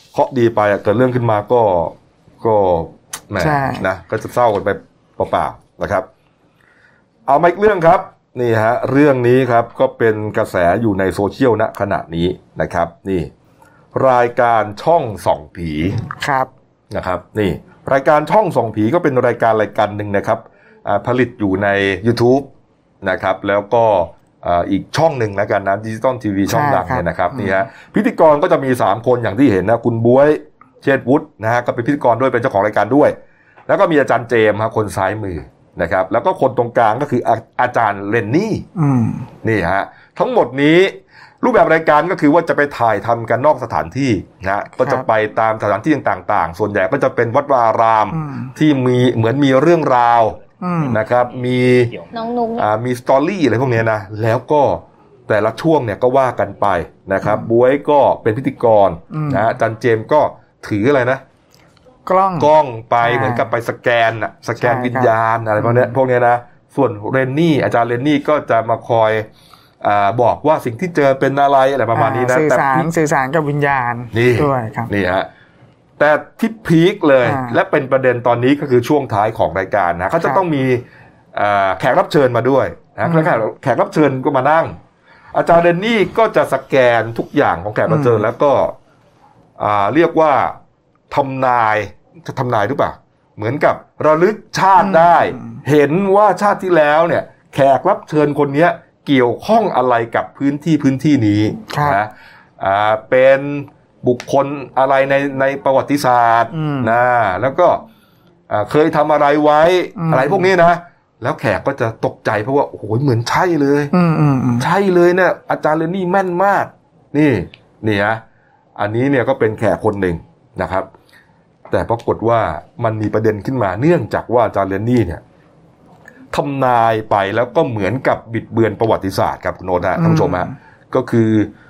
เคราะห์ดีไปเกิดเรื่องขึ้นมาก็แหมนะก็จะเศร้ากันไปเปล่าๆนะครับเอามาอีกเรื่องครับนี่ฮะเรื่องนี้ครับก็เป็นกระแสอยู่ในโซเชียลณขณะนี้นะครับนี่รายการช่องส่องผีครับนะครับนี่รายการช่องส่องผีก็เป็นรายการหนึ่งนะครับผลิตอยู่ใน YouTube นะครับแล้วก็อีกช่องหนึ่งแล้วกันนะดิจิตอลทีวีช่องดังเนี่ยนะครับนี่ฮะพิธีกรก็จะมี3คนอย่างที่เห็นนะคุณบ๊วยเชษฐ์วุฒินะฮะก็เป็นพิธีกรด้วยเป็นเจ้าของรายการด้วยแล้วก็มีอาจารย์เจมส์ครับคนซ้ายมือนะครับแล้วก็คนตรงกลางก็คืออาจารย์เรนนี่นี่ฮะทั้งหมดนี้รูปแบบรายการก็คือว่าจะไปถ่ายทำกันนอกสถานที่นะก็จะไปตามสถานที่ต่างๆส่วนใหญ่ก็จะเป็นวัดวาอารามที่มีเหมือนมีเรื่องราวนะครับมีน้องนุ๊กมีสตอรี่อะไรพวกนี้นะแล้วก็แต่ละช่วงเนี่ยก็ว่ากันไปนะครับบ๊วยก็เป็นพิธีกรนะอาจารย์เจมส์ก็ถืออะไรนะกล้องไปเหมือนกับไปสแกนวิญญาณอะไรพวกนี้นะส่วนเรนนี่อาจารย์เรนนี่ก็จะมาคอยบอกว่าสิ่งที่เจอเป็นอะไรประมาณนี้นะสื่อสารกับวิญญาณด้วยครับนี่ฮะแต่ที่พีคเลยและเป็นประเด็นตอนนี้ก็คือช่วงท้ายของรายการนะเขาจะต้องมีแขกรับเชิญมาด้วยนะแขกรับเชิญก็มานั่งอาจารย์เรนนี่ก็จะสแกนทุกอย่างของแขกรับเชิญแล้วก็เรียกว่าทำนายหรือเปล่าเหมือนกับระลึกชาติได้เห็นว่าชาติที่แล้วเนี่ยแขกรับเชิญคนนี้เกี่ยวข้องอะไรกับพื้นที่นี้นะเป็นบุคคลอะไรในประวัติศาสตร์นะแล้วก็เคยทำอะไรไว้อะไรพวกนี้นะแล้วแขกก็จะตกใจเพราะว่าโอ้โหเหมือนใช่เลยใช่เลยเนี่ยอาจารย์เรนนี่แม่นมากนี่ฮะอันนี้เนี่ยก็เป็นแขกคนหนึ่งนะครับแต่ปรากฏว่ามันมีประเด็นขึ้นมาเนื่องจากว่าอาจารย์เรนนี่เนี่ยทำนายไปแล้วก็เหมือนกับบิดเบือนประวัติศาสตร์ครับคุณโนนะท่านผู้ชมฮะก็คื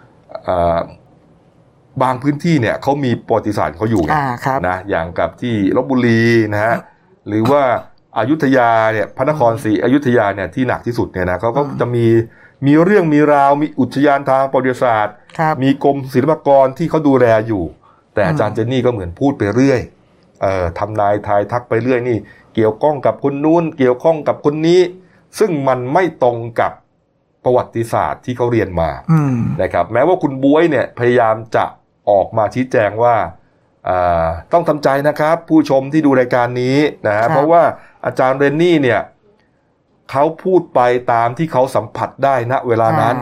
อบางพื้นที่เนี่ยเขามีประวัติศาสตร์เขาอยู่นะอย่างกับที่ลพบุรีนะฮะหรือว่าอยุธยาเนี่ยพระนครศรีอยุธยาเนี่ยที่หนักที่สุดเนี่ยนะเขาก็จะมีเรื่องมีราวมีอุทยานทางประวัติศาสตร์มีกรมศิลปากรที่เขาดูแลอยู่แต่อาจารย์เจนนี่ก็เหมือนพูดไปเรื่อยทำนายทายทักไปเรื่อยนี่เกี่ยวข้องกับคนนู้นเกี่ยวข้องกับคนนี้ซึ่งมันไม่ตรงกับประวัติศาสตร์ที่เขาเรียนมานะครับแม้ว่าคุณบ๊วยเนี่ยพยายามจะออกมาชี้แจงว่าต้องทำใจนะครับผู้ชมที่ดูรายการนี้นะเพราะว่าอาจารย์เรนนี่เนี่ยเขาพูดไปตามที่เขาสัมผัสได้ณเวลานั้น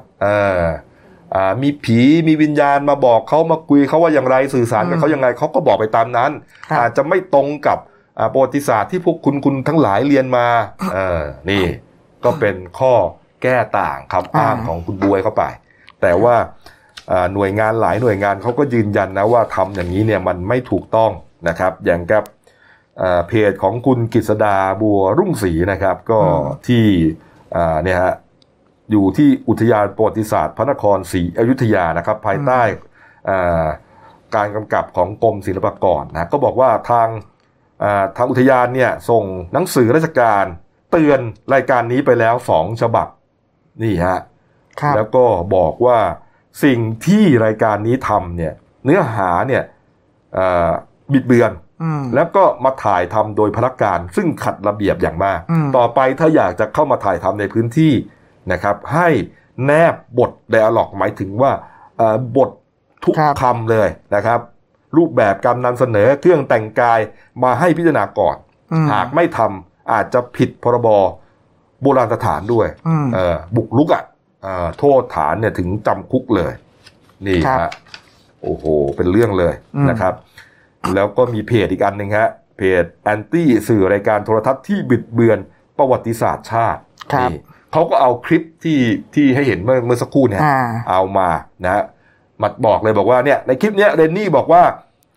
มีผีมีวิญญาณมาบอกเขามาคุยเขาว่าอย่างไรสื่อสารกับเขายังไงเขาก็บอกไปตามนั้นอาจจะไม่ตรงกับประวัติศาสตร์ที่พวกคุณทั้งหลายเรียนมานี่ก็เป็นข้อแก้ต่างคำอ้างของคุณบ๊วยเข้าไปแต่ว่าหน่วยงานหลายหน่วยงานเขาก็ยืนยันนะว่าทำอย่างนี้เนี่ยมันไม่ถูกต้องนะครับอย่างกับเพจของคุณกฤษดาบัวรุ่งศรีนะครับก็ที่เนี่ยฮะอยู่ที่อุทยานประวัติศาสตร์พระนครศรีอยุธยานะครับภายใต้การกำกับของกรมศิลปากรนะก็บอกว่าทางอุทยานเนี่ยส่งหนังสือราชการเตือนรายการนี้ไปแล้ว2ฉบับนี่ฮะแล้วก็บอกว่าสิ่งที่รายการนี้ทำเนี่ยเนื้อหาเนี่ยบิดเบือนแล้วก็มาถ่ายทำโดยพนักงานซึ่งขัดระเบียบอย่างมากต่อไปถ้าอยากจะเข้ามาถ่ายทำในพื้นที่นะครับให้แนบบทไดอะล็อกหมายถึงว่าบททุกคำเลยนะครับรูปแบบการนำเสนอเครื่องแต่งกายมาให้พิจารณาก่อนหากไม่ทำอาจจะผิดพรบโบราณสถานด้วยบุกรุกโทษฐานเนี่ยถึงจำคุกเลยนี่ฮะโอ้โหเป็นเรื่องเลยนะครับแล้วก็มีเพจอีกอันหนึ่งฮะเพจแอนตี้สื่อรายการโทรทัศน์ที่บิดเบือนประวัติศาสตร์ชาตินี่เขาก็เอาคลิปที่ให้เห็นเมื่อสักครู่เนี่ยเอามานะมาบอกเลยบอกว่าเนี่ยในคลิปเนี้ยเรนนี่บอกว่า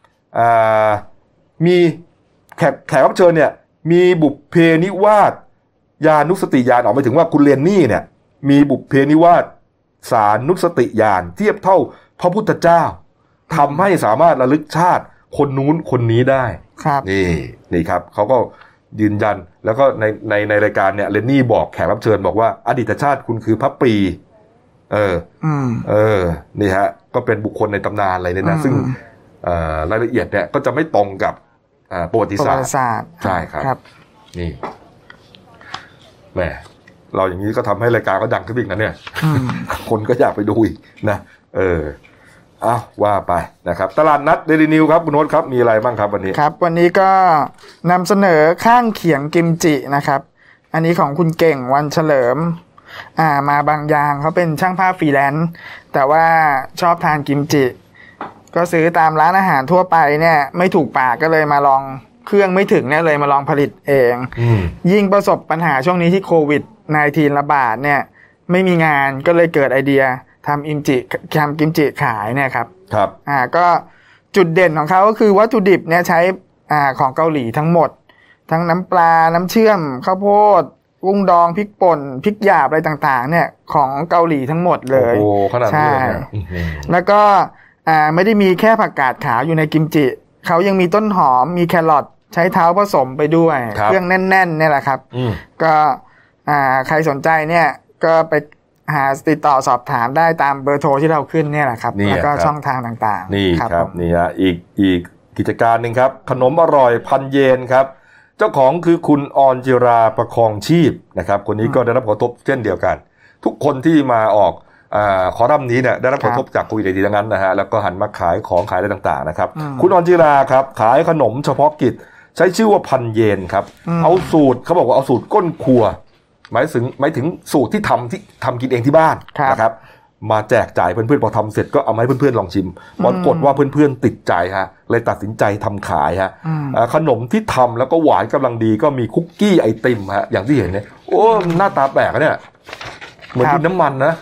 มีแขกรับเชิญเนี่ยมีบุพเพนิวาสญาณุสติญาณออกมาถึงว่าคุณเรนนี่เนี่ยมีบุพเพนิวาสสานุสติญาณเทียบเท่าพระพุทธเจ้าทำให้สามารถระลึกชาติคนนู้นคนนี้ได้นี่ครับเขาก็ยืนยันแล้วก็ในรายการเนี่ยเรนนี่บอกแขกรับเชิญบอกว่าอดีตชาติคุณคือพระปรีนี่ฮะก็เป็นบุคคลในตำนานอะไรเนี่ยนะซึ่งรายละเอียดเนี่ยก็จะไม่ตรงกับประวัติศาสตร์ใช่ครับนี่แหมเราอย่างนี้ก็ทำให้รายการก็ดังขึ้นอีกนะเนี่ยคนก็อยากไปดูอีกนะว่าไปนะครับตลาดนัดเดลินิวครับคุณโน้ตครับมีอะไรบ้างครับวันนี้ครับวันนี้ก็นำเสนอข้างเขียงกิมจินะครับอันนี้ของคุณเก่งวันเฉลิมมาบางยางเขาเป็นช่างภาพฟรีแลนซ์แต่ว่าชอบทานกิมจิก็ซื้อตามร้านอาหารทั่วไปเนี่ยไม่ถูกปากก็เลยมาลองเครื่องไม่ถึงเนี่ยเลยมาลองผลิตเองยิ่งประสบปัญหาช่วงนี้ที่โควิด-19 ระบาดเนี่ยไม่มีงานก็เลยเกิดไอเดียทำกิมจิขายเนี่ยครับก็จุดเด่นของเขาก็คือวัตถุดิบเนี่ยใช้ของเกาหลีทั้งหมดทั้งน้ำปลาน้ำเชื่อมข้าวโพดกุ้งดองพริกป่นพริกหยาบอะไรต่างๆเนี่ยของเกาหลีทั้งหมดเลยโอ้ขนาดนี้เลยนะแล้วก็ไม่ได้มีแค่ผักกาดขาวอยู่ในกิมจิเขายังมีต้นหอมมีแครอทใช้เท้าผสมไปด้วยเครื่องแน่นๆเนี่ยแหละครับก็ใครสนใจเนี่ยก็ไปหาติดต่อสอบถามได้ตามเบอร์โทรที่เราขึ้นเนี่ยแหละครับแล้วก็ช่องทางต่างๆนี่ครับนี่ฮะอีกกิจการหนึ่งครับขนมอร่อยพันเยนครับเจ้าของคือคุณออนจิราประคองชีพนะครับคนนี้ก็ได้รับผลกระทบเช่นเดียวกันทุกคนที่มาออกคอลัมน์นี้เนี่ยได้รับผลกระทบจากโควิดทั้งนั้นนะฮะแล้วก็หันมาขายของขายอะไรต่างๆนะครับคุณออนจิราครับขายขนมเฉพาะกิจใช้ชื่อว่าพันเยนครับเอาสูตรเขาบอกว่าเอาสูตรก้นครัวหมายถึงสูตรที่ทำกินเองที่บ้านนะครับมาแจกจ่ายเพื่อนๆพอทำเสร็จก็เอามาให้เพื่อนๆลองชิมปรากฏว่าเพื่อนๆติดใจฮะเลยตัดสินใจทำขายฮะขนมที่ทำแล้วก็หวานกำลังดีก็มีคุกกี้ไอติมฮะอย่างที่เห็นเนี่ยโอ้หน้าตาแปลกเนี่ยเหมือนดินน้ำมันนะ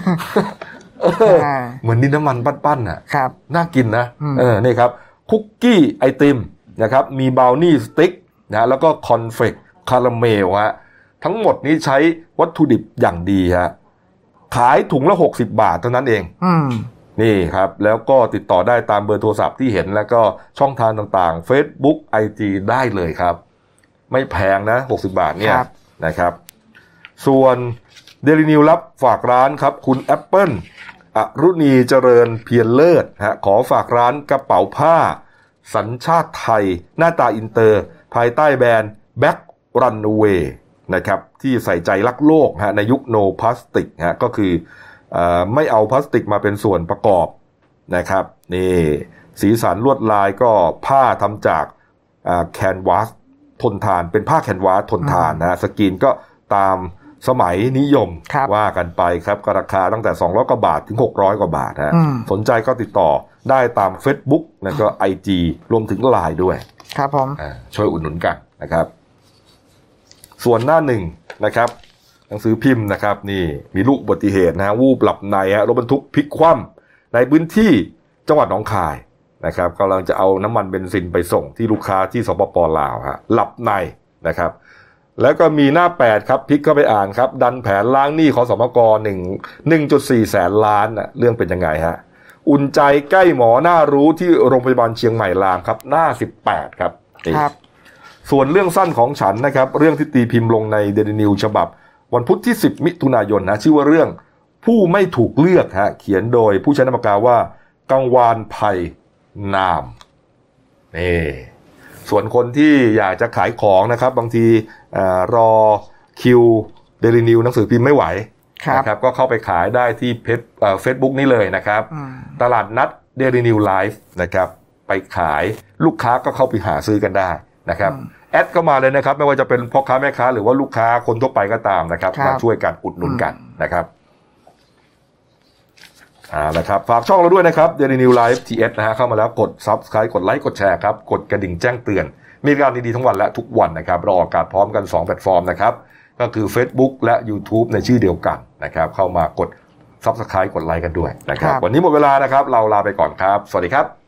เหมือนดินน้ำมันปั้นๆน่ะน่ากินนะนี่ครับคุกกี้ไอติมนะครับมีบราวนี่สติ๊กนะแล้วก็คอนเฟกคาราเมลฮะทั้งหมดนี้ใช้วัตถุดิบอย่างดีฮะขายถุงละ60 บาทเท่านั้นเองนี่ครับแล้วก็ติดต่อได้ตามเบอร์โทรศัพท์ที่เห็นแล้วก็ช่องทางต่างๆ Facebook IG ได้เลยครับไม่แพงนะ60 บาทเนี่ยนะครับส่วนเดลินิวรับฝากร้านครับคุณแอปเปิลอรุณีเจริญเพียรเลิศฮะขอฝากร้านกระเป๋าผ้าสัญชาติไทยหน้าตาอินเตอร์ภายใต้แบรนด์ Back Runway นะครับที่ใส่ใจรักโลกฮะในยุค No Plastic ฮะก็คือไม่เอาพลาสติกมาเป็นส่วนประกอบนะครับนี่สีสันลวดลายก็ผ้าทำจากแคนวาสทนทานเป็นผ้าแคนวาสทนทานนะสกรีนก็ตามสมัยนิยมว่ากันไปครับก็ราคาตั้งแต่200 กว่าบาทถึง600 กว่าบาทฮะสนใจก็ติดต่อได้ตาม Facebook แล้วก็ IG รวมถึง LINE ด้วยครับผมช่วยอุดหนุนกันนะครับส่วนหน้าหนึ่งนะครับหนังสือพิมพ์นะครับนี่มีลูกอุบัติเหตุนะวูบหลับในรถบรรทุกพลิกคว่ำในพื้นที่จังหวัดหนองคายนะครับกำลังจะเอาน้ำมันเบนซินไปส่งที่ลูกค้าที่สปป.ลาวฮะหลับในนะครับแล้วก็มีหน้า8ครับพลิกเข้าไปอ่านครับดันแผนล้างหนี้ขสมก 1.4 แสนล้านเรื่องเป็นยังไงฮะอุ่นใจใกล้หมอหน้ารู้ที่โรงพยาบาลเชียงใหม่รามครับหน้า18ครับส่วนเรื่องสั้นของฉันนะครับเรื่องที่ตีพิมพ์ลงในเดลินิวฉบับวันพุธที่10 มิถุนายนนะชื่อว่าเรื่องผู้ไม่ถูกเลือกฮะเขียนโดยผู้ใช้นามปากกาว่ากังวานไพนามส่วนคนที่อยากจะขายของนะครับบางทีรอคิวเดลินิวหนังสือพิมพ์ไม่ไหวนะครับก็เข้าไปขายได้ที่Facebook นี่เลยนะครับตลาดนัดเดลินิวไลฟ์นะครับไปขายลูกค้าก็เข้าไปหาซื้อกันได้นะครับแอดเข้ามาเลยนะครับไม่ว่าจะเป็นพ่อค้าแม่ค้าหรือว่าลูกค้าคนทั่วไปก็ตามนะครับมาช่วยกันอุดหนุนกันนะครับนะครับฝากช่องเราด้วยนะครับ Daily New Life TS นะฮะเข้ามาแล้วกด Subscribe กดไลค์กดแชร์ครับกดกระดิ่งแจ้งเตือนมีรายการดีๆทั้งวันและทุกวันนะครับรออากาศพร้อมกัน2แพลตฟอร์มนะครับก็คือ Facebook และ YouTube ในชื่อเดียวกันนะครับเข้ามากด Subscribe กดไลค์กันด้วยนะครับวันนี้หมดเวลานะครับเราลาไปก่อนครับสวัสดีครับ